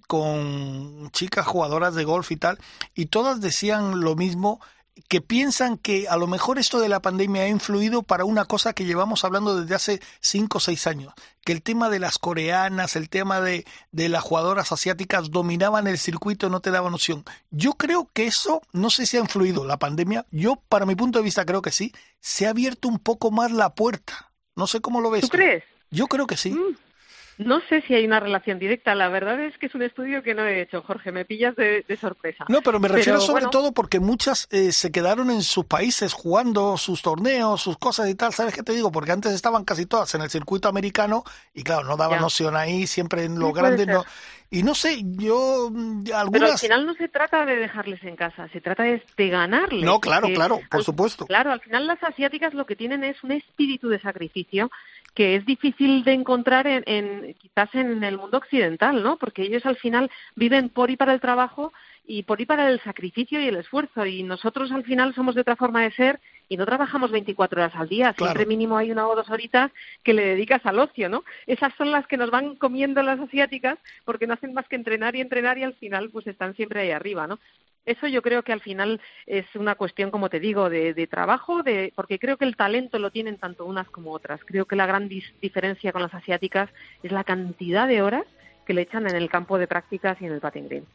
con chicas jugadoras de golf y tal, y todas decían lo mismo, que piensan que a lo mejor esto de la pandemia ha influido para una cosa que llevamos hablando desde hace 5 o 6 años, que el tema de las coreanas, el tema de las jugadoras asiáticas dominaban el circuito, no te daban opción. Yo creo que eso, no sé si ha influido la pandemia, yo para mi punto de vista creo que sí, se ha abierto un poco más la puerta. No sé cómo lo ves. ¿Tú crees? Yo creo que sí. No sé si hay una relación directa. La verdad es que es un estudio que no he hecho, Jorge. Me pillas de sorpresa. No, pero me refiero sobre todo porque muchas se quedaron en sus países jugando sus torneos, sus cosas y tal. ¿Sabes qué te digo? Porque antes estaban casi todas en el circuito americano y claro, no daban opción ahí, siempre en los grandes no. Y no sé, algunas... Pero al final no se trata de dejarles en casa, se trata de ganarles. No, claro, por supuesto. Claro, al final las asiáticas lo que tienen es un espíritu de sacrificio que es difícil de encontrar quizás en el mundo occidental, ¿no? Porque ellos al final viven por y para el trabajo y por y para el sacrificio y el esfuerzo, y nosotros al final somos de otra forma de ser y no trabajamos 24 horas al día, siempre mínimo hay 1 o 2 horitas que le dedicas al ocio, ¿no? Esas son las que nos van comiendo las asiáticas porque no hacen más que entrenar y al final pues están siempre ahí arriba, ¿no? Eso yo creo que al final es una cuestión, como te digo, de trabajo, porque creo que el talento lo tienen tanto unas como otras. Creo que la gran diferencia con las asiáticas es la cantidad de horas que le echan en el campo de prácticas y en el putting green.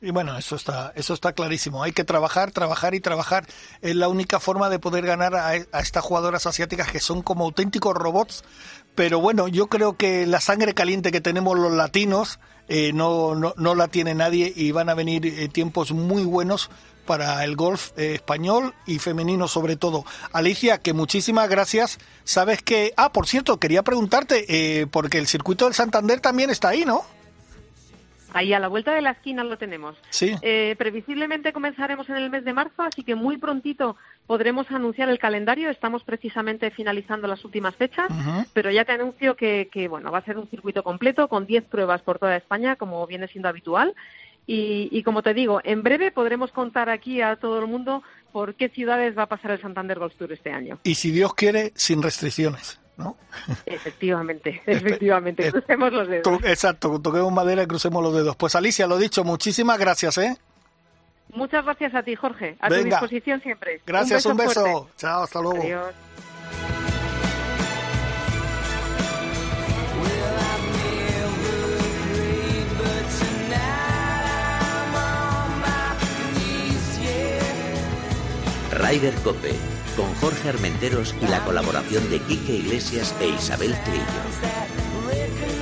Y bueno, eso está clarísimo. Hay que trabajar y trabajar. Es la única forma de poder ganar a estas jugadoras asiáticas que son como auténticos robots. Pero bueno, yo creo que la sangre caliente que tenemos los latinos no la tiene nadie, y van a venir tiempos muy buenos para el golf español y femenino sobre todo. Alicia, que muchísimas gracias. Sabes que... por cierto, quería preguntarte, porque el circuito del Santander también está ahí, ¿no? Ahí a la vuelta de la esquina lo tenemos. Sí. Previsiblemente comenzaremos en el mes de marzo, así que muy prontito podremos anunciar el calendario. Estamos precisamente finalizando las últimas fechas, pero ya te anuncio que bueno, va a ser un circuito completo con 10 pruebas por toda España, como viene siendo habitual. Y como te digo, en breve podremos contar aquí a todo el mundo por qué ciudades va a pasar el Santander Golf Tour este año. Y si Dios quiere, sin restricciones, ¿no? Efectivamente, crucemos los dedos. Exacto, toquemos madera y crucemos los dedos. Pues Alicia, lo dicho, muchísimas gracias, ¿eh? Muchas gracias a ti, Jorge. A Venga. tu disposición siempre. Gracias, un beso. Fuerte. Chao, hasta luego. Adiós. Ryder Cope, con Jorge Armenteros y la colaboración de Quique Iglesias e Isabel Trillo.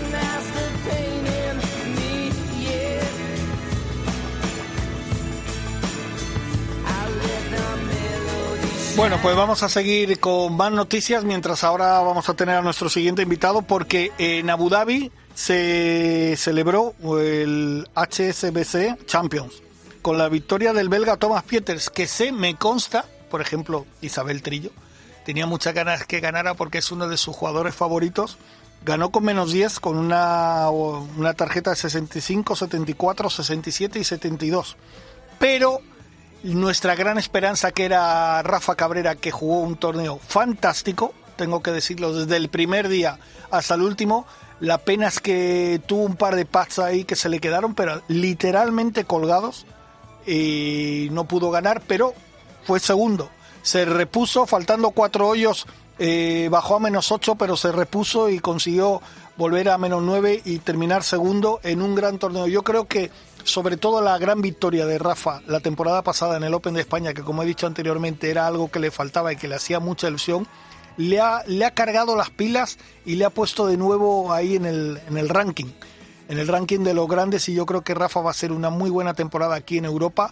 Bueno, pues vamos a seguir con más noticias, mientras ahora vamos a tener a nuestro siguiente invitado, porque en Abu Dhabi se celebró el HSBC Champions con la victoria del belga Thomas Pieters, que me consta, por ejemplo, Isabel Trillo tenía muchas ganas que ganara porque es uno de sus jugadores favoritos. Ganó con menos 10 con una tarjeta de 65, 74, 67 y 72. Pero nuestra gran esperanza, que era Rafa Cabrera, que jugó un torneo fantástico, tengo que decirlo, desde el primer día hasta el último. La pena es que tuvo un par de putts ahí que se le quedaron, pero literalmente colgados, y no pudo ganar, pero fue segundo. Se repuso, faltando 4 hoyos, bajó a menos 8, pero se repuso y consiguió volver a menos 9 y terminar segundo en un gran torneo. Yo creo que sobre todo la gran victoria de Rafa la temporada pasada en el Open de España, que como he dicho anteriormente era algo que le faltaba y que le hacía mucha ilusión, le ha cargado las pilas y le ha puesto de nuevo ahí en el ranking de los grandes, y yo creo que Rafa va a ser una muy buena temporada aquí en Europa,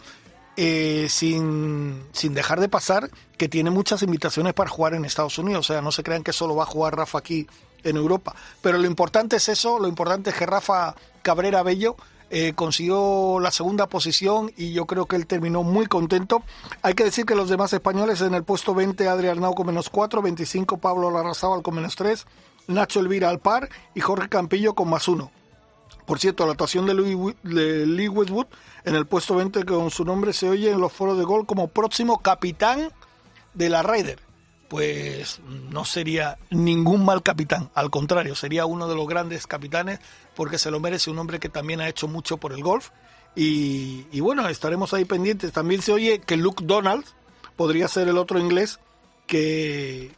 sin dejar de pasar que tiene muchas invitaciones para jugar en Estados Unidos. O sea, no se crean que solo va a jugar Rafa aquí en Europa, pero lo importante es eso, lo importante es que Rafa Cabrera Bello consiguió la segunda posición, y yo creo que él terminó muy contento. Hay que decir que los demás españoles: en el puesto 20 Adrián Arnau con menos 4, 25 Pablo Larrazábal con menos 3, Nacho Elvira al par y Jorge Campillo con más 1. Por cierto, la actuación de Lee Westwood en el puesto 20, que con su nombre se oye en los foros de gol como próximo capitán de la Ryder. Pues no sería ningún mal capitán, al contrario, sería uno de los grandes capitanes, porque se lo merece, un hombre que también ha hecho mucho por el golf. Y bueno, estaremos ahí pendientes. También se oye que Luke Donald podría ser el otro inglés que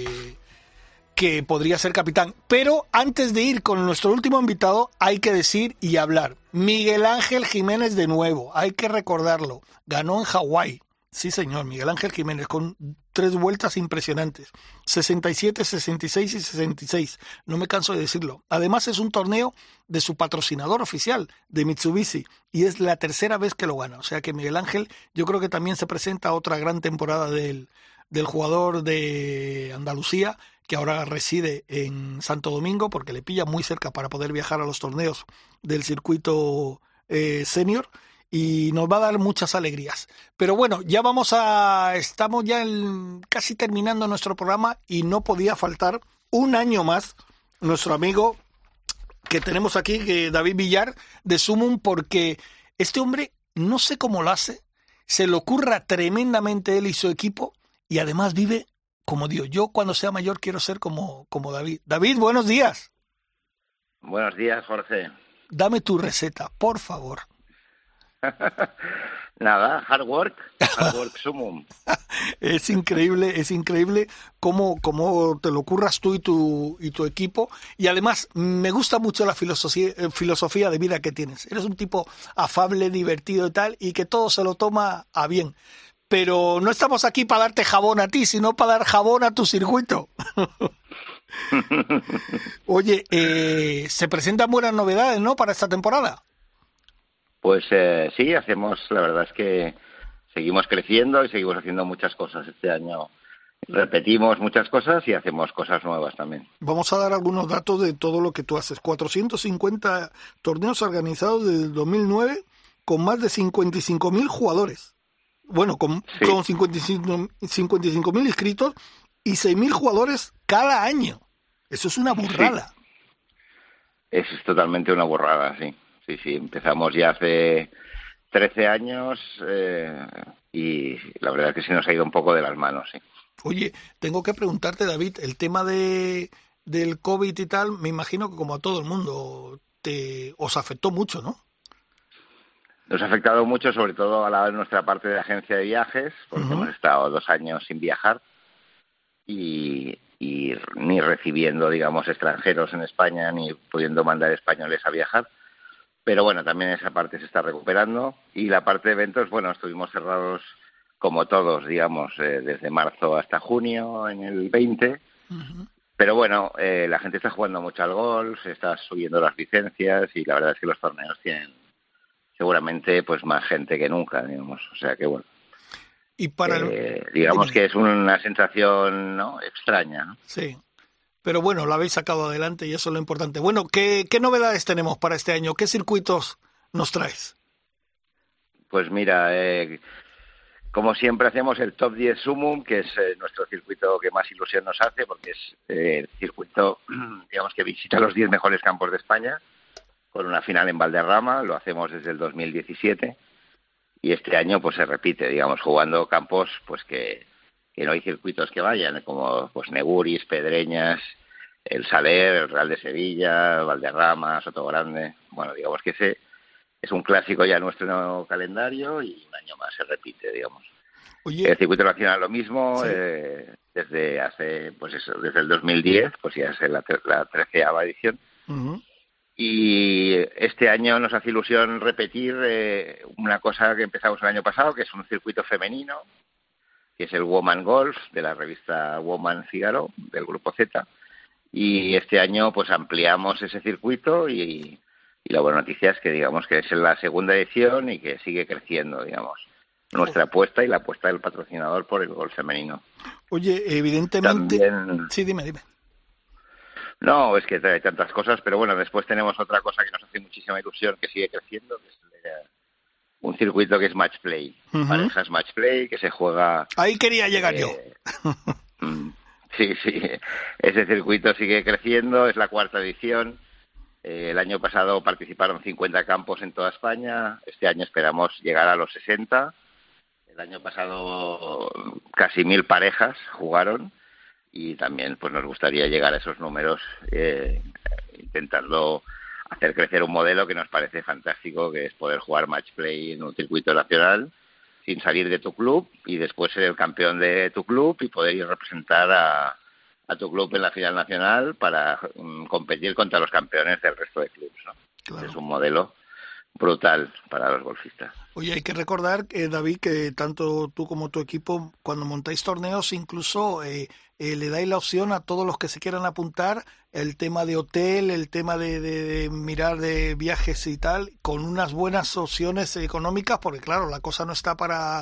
podría ser capitán. Pero antes de ir con nuestro último invitado, hay que decir y hablar. Miguel Ángel Jiménez, de nuevo, hay que recordarlo, ganó en Hawái. Sí, señor, Miguel Ángel Jiménez, con 3 vueltas impresionantes, 67, 66 y 66, no me canso de decirlo. Además es un torneo de su patrocinador oficial, de Mitsubishi, y es la tercera vez que lo gana. O sea que Miguel Ángel, yo creo que también se presenta otra gran temporada del jugador de Andalucía, que ahora reside en Santo Domingo, porque le pilla muy cerca para poder viajar a los torneos del circuito senior, y nos va a dar muchas alegrías. Pero bueno, estamos ya casi terminando nuestro programa, y no podía faltar un año más nuestro amigo que tenemos aquí, que David Villar, de Sumum, porque este hombre, no sé cómo lo hace, se le ocurra tremendamente él y su equipo, y además vive como Dios. Yo cuando sea mayor quiero ser como David. David, buenos días. Buenos días, Jorge. Dame tu receta, por favor. Nada, hard work Sumum. Es increíble cómo te lo curras tú y tu equipo. Y además, me gusta mucho la filosofía de vida que tienes. Eres un tipo afable, divertido y tal, y que todo se lo toma a bien. Pero no estamos aquí para darte jabón a ti, sino para dar jabón a tu circuito. Oye, se presentan buenas novedades, ¿no?, para esta temporada. Pues sí, la verdad es que seguimos creciendo y seguimos haciendo muchas cosas este año. Repetimos muchas cosas y hacemos cosas nuevas también. Vamos a dar algunos datos de todo lo que tú haces. 450 torneos organizados desde el 2009 con más de 55.000 jugadores. Bueno, con 55.000 inscritos y 6.000 jugadores cada año. Eso es una burrada. Sí. Eso es totalmente una burrada, sí. Sí, empezamos ya hace 13 años y la verdad es que se nos ha ido un poco de las manos, sí. Oye, tengo que preguntarte, David, el tema del COVID y tal, me imagino que como a todo el mundo os afectó mucho, ¿no? Nos ha afectado mucho, sobre todo a nuestra parte de agencia de viajes, porque hemos estado 2 años sin viajar y ni recibiendo, digamos, extranjeros en España, ni pudiendo mandar españoles a viajar. Pero bueno, también esa parte se está recuperando. Y la parte de eventos, bueno, estuvimos cerrados como todos, digamos, desde marzo hasta junio en el 20. Pero bueno, la gente está jugando mucho al golf, se está subiendo las licencias y la verdad es que los torneos tienen seguramente pues más gente que nunca, digamos. O sea que bueno. Y para digamos que es una sensación, ¿no?, extraña, ¿no? Sí. Pero bueno, lo habéis sacado adelante y eso es lo importante. Bueno, ¿qué novedades tenemos para este año? ¿Qué circuitos nos traes? Pues mira, como siempre hacemos el Top 10 Sumum, que es nuestro circuito que más ilusión nos hace, porque es el circuito, digamos, que visita los 10 mejores campos de España, con una final en Valderrama. Lo hacemos desde el 2017 y este año pues se repite, digamos, jugando campos pues que no hay circuitos que vayan, como pues Neguris, Pedreñas, el Saler, el Real de Sevilla, Valderrama, Sotogrande. Bueno, digamos que ese es un clásico ya en nuestro nuevo calendario y un año más se repite, digamos. Oye, el circuito nacional lo mismo, sí. Desde el 2010, pues ya es la 13ª edición. Y este año nos hace ilusión repetir una cosa que empezamos el año pasado, que es un circuito femenino, que es el Woman Golf, de la revista Woman Figaro, del Grupo Z. Y este año pues ampliamos ese circuito y la buena noticia es que digamos que es la 2ª edición y que sigue creciendo, digamos, nuestra apuesta y la apuesta del patrocinador por el golf femenino. Oye, evidentemente... También... Sí, dime. No, es que hay tantas cosas, pero bueno, después tenemos otra cosa que nos hace muchísima ilusión, que sigue creciendo, que es un circuito que es Match Play. Parejas Match Play, que se juega... Ahí quería llegar yo. Sí, ese circuito sigue creciendo, es la 4ª edición. El año pasado participaron 50 campos en toda España, este año esperamos llegar a los 60. El año pasado casi 1.000 parejas jugaron y también pues nos gustaría llegar a esos números intentando hacer crecer un modelo que nos parece fantástico, que es poder jugar match play en un circuito nacional sin salir de tu club y después ser el campeón de tu club y poder ir a representar a tu club en la final nacional para competir contra los campeones del resto de clubes, ¿no? Claro. Es un modelo brutal para los golfistas. Oye, hay que recordar, David, que tanto tú como tu equipo, cuando montáis torneos, incluso le dais la opción a todos los que se quieran apuntar, el tema de hotel, el tema de mirar de viajes y tal, con unas buenas opciones económicas, porque claro, la cosa no está para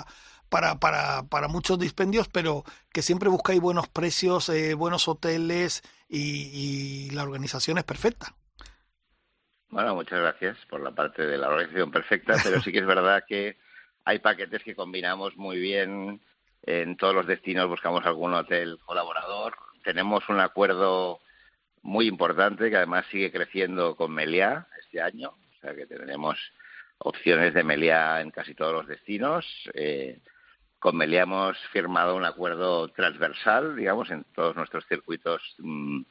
muchos dispendios, pero que siempre buscáis buenos precios, buenos hoteles y la organización es perfecta. Bueno, muchas gracias por la parte de la organización perfecta, pero sí que es verdad que hay paquetes que combinamos muy bien. En todos los destinos buscamos algún hotel colaborador. Tenemos un acuerdo muy importante que además sigue creciendo con Meliá este año, o sea que tenemos opciones de Meliá en casi todos los destinos. Con Meliá hemos firmado un acuerdo transversal, digamos, en todos nuestros circuitos.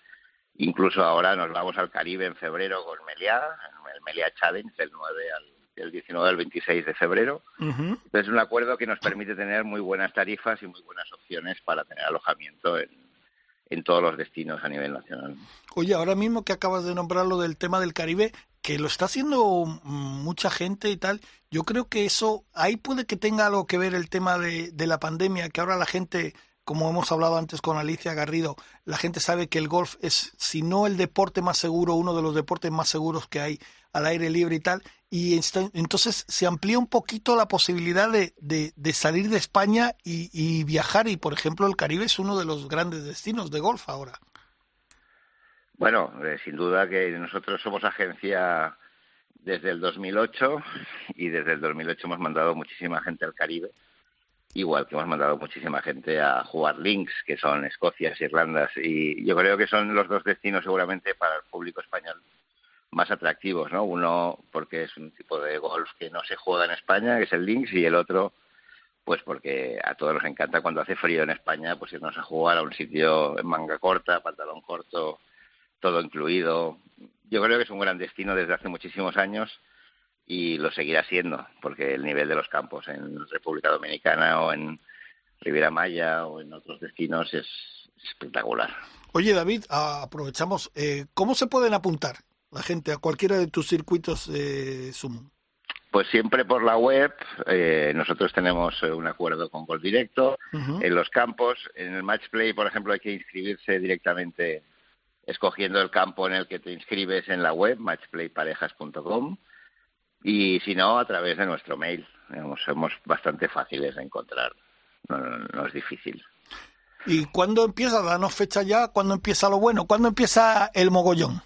Incluso ahora nos vamos al Caribe en febrero con Meliá, en el Meliá Challenge del 9 del 19 al 26 de febrero. Ujú. Entonces es un acuerdo que nos permite tener muy buenas tarifas y muy buenas opciones para tener alojamiento en todos los destinos a nivel nacional. Oye, ahora mismo que acabas de nombrar lo del tema del Caribe, que lo está haciendo mucha gente y tal, yo creo que eso, ahí puede que tenga algo que ver el tema de la pandemia, que ahora la gente, como hemos hablado antes con Alicia Garrido, la gente sabe que el golf es, si no el deporte más seguro, uno de los deportes más seguros que hay al aire libre y tal, y entonces se amplía un poquito la posibilidad de salir de España y viajar, y por ejemplo el Caribe es uno de los grandes destinos de golf ahora. Bueno, sin duda que nosotros somos agencia desde el 2008 y desde el 2008 hemos mandado muchísima gente al Caribe, igual que hemos mandado muchísima gente a jugar links, que son Escocia, Irlandas, y yo creo que son los dos destinos seguramente para el público español más atractivos, ¿no? Uno porque es un tipo de golf que no se juega en España, que es el links, y el otro pues porque a todos nos encanta cuando hace frío en España pues irnos a jugar a un sitio en manga corta, pantalón corto, todo incluido. Yo creo que es un gran destino desde hace muchísimos años y lo seguirá siendo, porque el nivel de los campos en República Dominicana o en Riviera Maya o en otros destinos es espectacular. Oye, David, aprovechamos, ¿cómo se pueden apuntar la gente a cualquiera de tus circuitos Zoom? Pues siempre por la web. Nosotros tenemos un acuerdo con Gol Directo. Uh-huh. En los campos, en el Match Play, por ejemplo, hay que inscribirse directamente escogiendo el campo en el que te inscribes en la web, matchplayparejas.com, y si no, a través de nuestro mail. Digamos, somos bastante fáciles de encontrar, no es difícil. ¿Y cuándo empieza? Danos fecha ya, ¿cuándo empieza lo bueno? ¿Cuándo empieza el mogollón?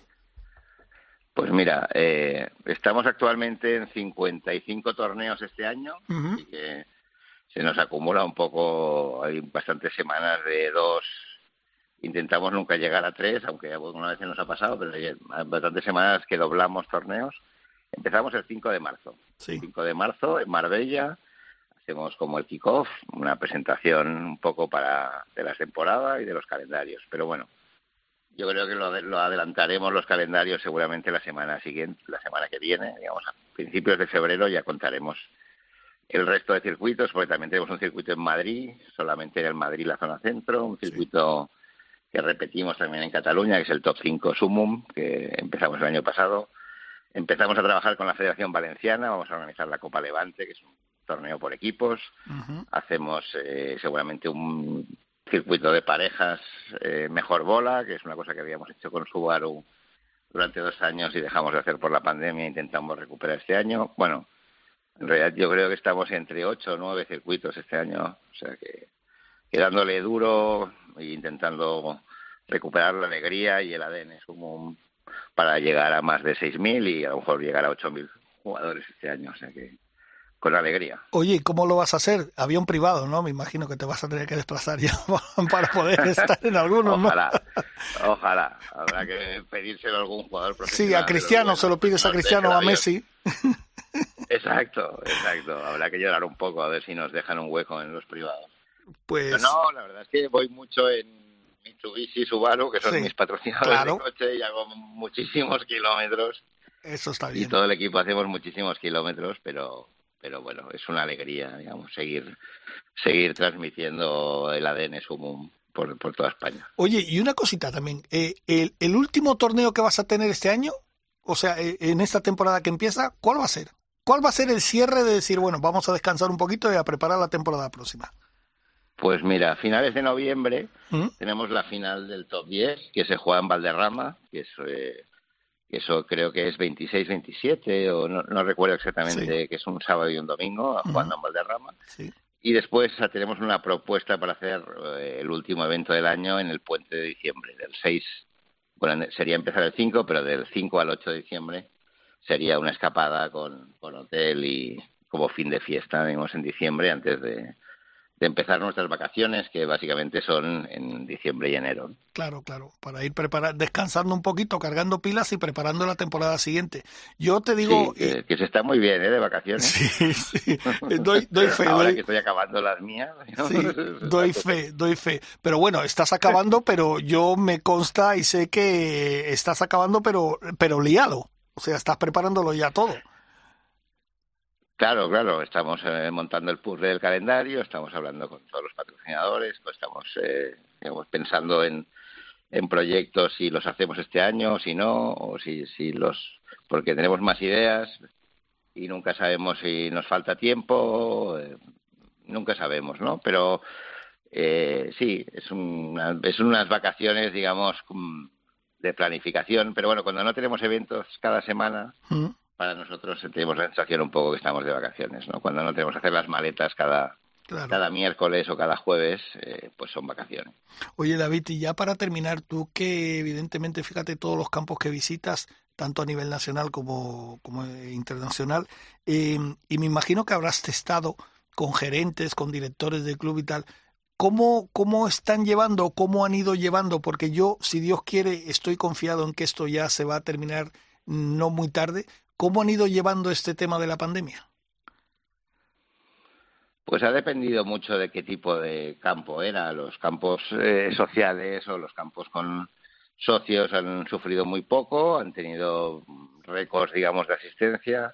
Pues mira, estamos actualmente en 55 torneos este año, uh-huh. Así que se nos acumula un poco, hay bastantes semanas de 2, intentamos nunca llegar a 3, aunque alguna vez se nos ha pasado, pero hay bastantes semanas que doblamos torneos. Empezamos el 5 de marzo. Sí. El 5 de marzo en Marbella, hacemos como el kick-off, una presentación un poco de la temporada y de los calendarios, pero bueno, yo creo que lo adelantaremos los calendarios seguramente la semana siguiente, la semana que viene, digamos a principios de febrero ya contaremos el resto de circuitos, porque también tenemos un circuito en Madrid, solamente en el Madrid la zona centro, un circuito que repetimos también en Cataluña, que es el Top 5 Sumum, que empezamos el año pasado. Empezamos a trabajar con la Federación Valenciana, vamos a organizar la Copa Levante, que es un torneo por equipos. Uh-huh. Hacemos seguramente un circuito de parejas mejor bola, que es una cosa que habíamos hecho con Subaru durante 2 años y dejamos de hacer por la pandemia, intentamos recuperar este año. Bueno, en realidad yo creo que estamos entre 8 o 9 circuitos este año, o sea que dándole duro e intentando recuperar la alegría y el ADN Sumum para llegar a más de 6.000 y a lo mejor llegar a 8.000 jugadores este año, o sea que con alegría. Oye, ¿y cómo lo vas a hacer? Avión privado, ¿no? Me imagino que te vas a tener que desplazar ya para poder estar en algunos, ojalá, ¿no? Ojalá. Habrá que pedírselo a algún jugador profesional. Sí, a Cristiano, se lo pides a Cristiano o a Messi. Exacto. Habrá que llorar un poco a ver si nos dejan un hueco en los privados. Pues... Pero no, la verdad es que voy mucho en Mitsubishi, Subaru, que son mis patrocinadores de coche, y hago muchísimos kilómetros. Eso está bien. Y todo el equipo hacemos muchísimos kilómetros, pero bueno, es una alegría, digamos, seguir transmitiendo el ADN Sumum por toda España. Oye, y una cosita también, el último torneo que vas a tener este año, o sea, en esta temporada que empieza, ¿cuál va a ser? ¿Cuál va a ser el cierre de decir, bueno, vamos a descansar un poquito y a preparar la temporada próxima? Pues mira, a finales de noviembre tenemos la final del Top 10, que se juega en Valderrama, que eso creo que es 26-27, o no recuerdo exactamente, que es un sábado y un domingo, jugando en Valderrama. Sí. Y después tenemos una propuesta para hacer el último evento del año en el puente de diciembre, del 6, bueno, sería empezar el 5, pero del 5 al 8 de diciembre sería una escapada con hotel y como fin de fiesta, digamos, en diciembre, antes de empezar nuestras vacaciones, que básicamente son en diciembre y enero. Claro, para ir descansando un poquito, cargando pilas y preparando la temporada siguiente. Yo te digo... Sí, que se está muy bien, de vacaciones. Sí. Doy fe. Ahora que estoy acabando las mías. ¿No? Sí, doy fe. Pero bueno, estás acabando, pero yo me consta y sé que estás acabando, pero liado. O sea, estás preparándolo ya todo. Claro, estamos montando el puzzle del calendario, estamos hablando con todos los patrocinadores, pues estamos digamos, pensando en proyectos, si los hacemos este año, si no, o si porque tenemos más ideas y nunca sabemos si nos falta tiempo, nunca sabemos, ¿no? Pero sí, es unas vacaciones, digamos, de planificación, pero bueno, cuando no tenemos eventos cada semana, para nosotros tenemos la sensación un poco que estamos de vacaciones, ¿no? Cuando no tenemos que hacer las maletas cada miércoles o cada jueves, pues son vacaciones. Oye, David, y ya para terminar, tú que evidentemente, fíjate todos los campos que visitas, tanto a nivel nacional como internacional, y me imagino que habrás testado con gerentes, con directores del club y tal. ¿Cómo están llevando, cómo han ido llevando? Porque yo, si Dios quiere, estoy confiado en que esto ya se va a terminar no muy tarde. ¿Cómo han ido llevando este tema de la pandemia? Pues ha dependido mucho de qué tipo de campo era. Los campos sociales o los campos con socios han sufrido muy poco, han tenido récords, digamos, de asistencia.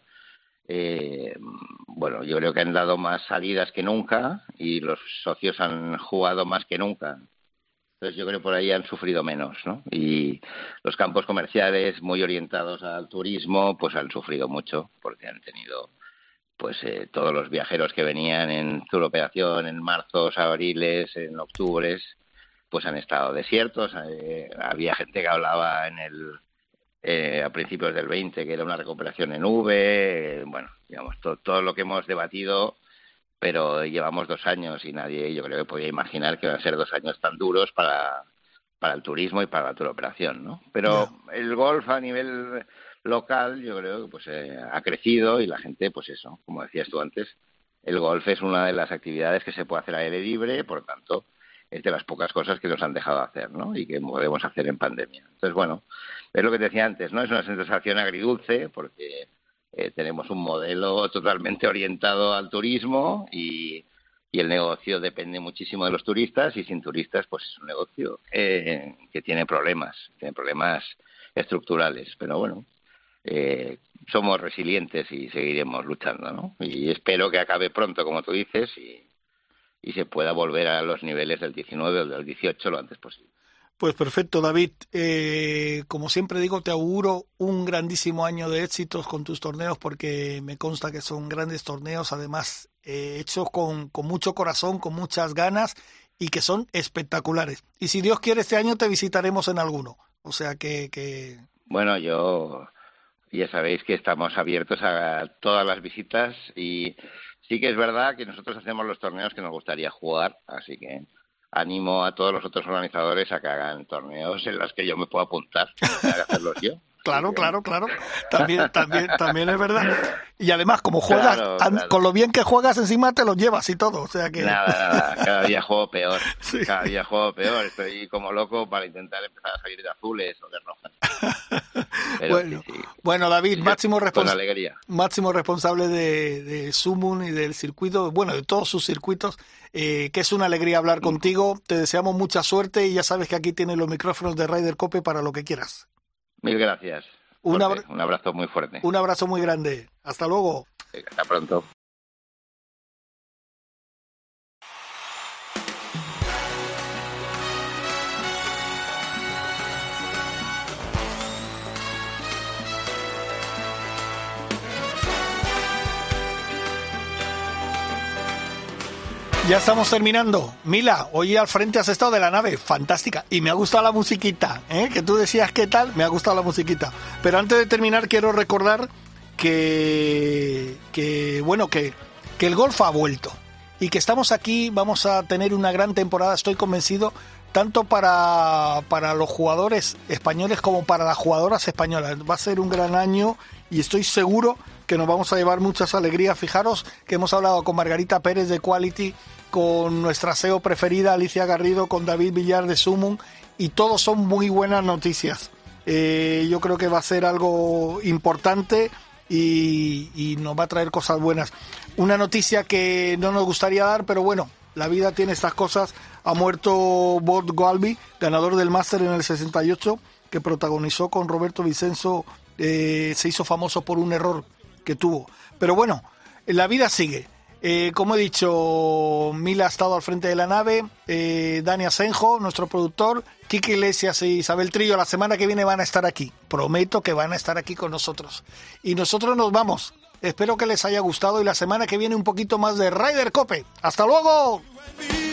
Bueno, yo creo que han dado más salidas que nunca y los socios han jugado más que nunca. Entonces yo creo que por ahí han sufrido menos, ¿no? Y los campos comerciales muy orientados al turismo, pues han sufrido mucho porque han tenido pues todos los viajeros que venían en tour operación en marzos, abriles, en octubres, pues han estado desiertos. Había gente que hablaba a principios del 20 que era una recuperación en V, bueno, digamos, todo lo que hemos debatido, pero llevamos 2 años y nadie, yo creo que podía imaginar que van a ser 2 años tan duros para el turismo y para la turoperación, ¿no? Pero el golf a nivel local yo creo que pues ha crecido y la gente, pues eso, como decías tú antes, el golf es una de las actividades que se puede hacer al aire libre, por lo tanto es de las pocas cosas que nos han dejado hacer, ¿no? Y que podemos hacer en pandemia. Entonces, bueno, es lo que te decía antes, ¿no? Es una sensación agridulce porque tenemos un modelo totalmente orientado al turismo y el negocio depende muchísimo de los turistas y sin turistas pues es un negocio que tiene problemas estructurales, pero bueno, somos resilientes y seguiremos luchando, ¿no? Y espero que acabe pronto, como tú dices, y se pueda volver a los niveles del 19 o del 18 lo antes posible. Pues perfecto, David. Como siempre digo, te auguro un grandísimo año de éxitos con tus torneos porque me consta que son grandes torneos, además hechos con mucho corazón, con muchas ganas y que son espectaculares. Y si Dios quiere, este año te visitaremos en alguno. O sea que... Bueno, ya sabéis que estamos abiertos a todas las visitas y sí que es verdad que nosotros hacemos los torneos que nos gustaría jugar, así que animo a todos los otros organizadores a que hagan torneos en los que yo me pueda apuntar, a hacerlos yo. Claro. También es verdad. Y además, como juegas, con lo bien que juegas, encima te los llevas y todo. O sea que... Nada. Cada día juego peor. Sí. Estoy como loco para intentar empezar a salir de azules o de rojas. Pero sí. Bueno, David, máximo responsable de Sumun y del circuito, bueno, de todos sus circuitos, que es una alegría hablar contigo. Te deseamos mucha suerte y ya sabes que aquí tienes los micrófonos de Ryder Cope para lo que quieras. Mil gracias. Un abrazo muy fuerte. Un abrazo muy grande. Hasta luego. Hasta pronto. Ya estamos terminando. Mila, hoy al frente has estado de la nave, fantástica. Y me ha gustado la musiquita, que tú decías qué tal, me ha gustado la musiquita. Pero antes de terminar quiero recordar que el golf ha vuelto. Y que estamos aquí, vamos a tener una gran temporada, estoy convencido, tanto para los jugadores españoles como para las jugadoras españolas. Va a ser un gran año y estoy seguro que nos vamos a llevar muchas alegrías. Fijaros que hemos hablado con Margarita Pérez de Quality, con nuestra SEO preferida Alicia Garrido, con David Villar de Sumun, y todos son muy buenas noticias. Yo creo que va a ser algo importante y nos va a traer cosas buenas. Una noticia que no nos gustaría dar, pero bueno, la vida tiene estas cosas. Ha muerto Bob Galby, ganador del Máster en el 68, que protagonizó con Roberto Vicenzo, se hizo famoso por un error que tuvo. Pero bueno, la vida sigue. Como he dicho, Mila ha estado al frente de la nave, Dani Asenjo, nuestro productor, Quique Iglesias y Isabel Trillo, la semana que viene van a estar aquí. Prometo que van a estar aquí con nosotros. Y nosotros nos vamos. Espero que les haya gustado y la semana que viene un poquito más de Ryder Cope. ¡Hasta luego!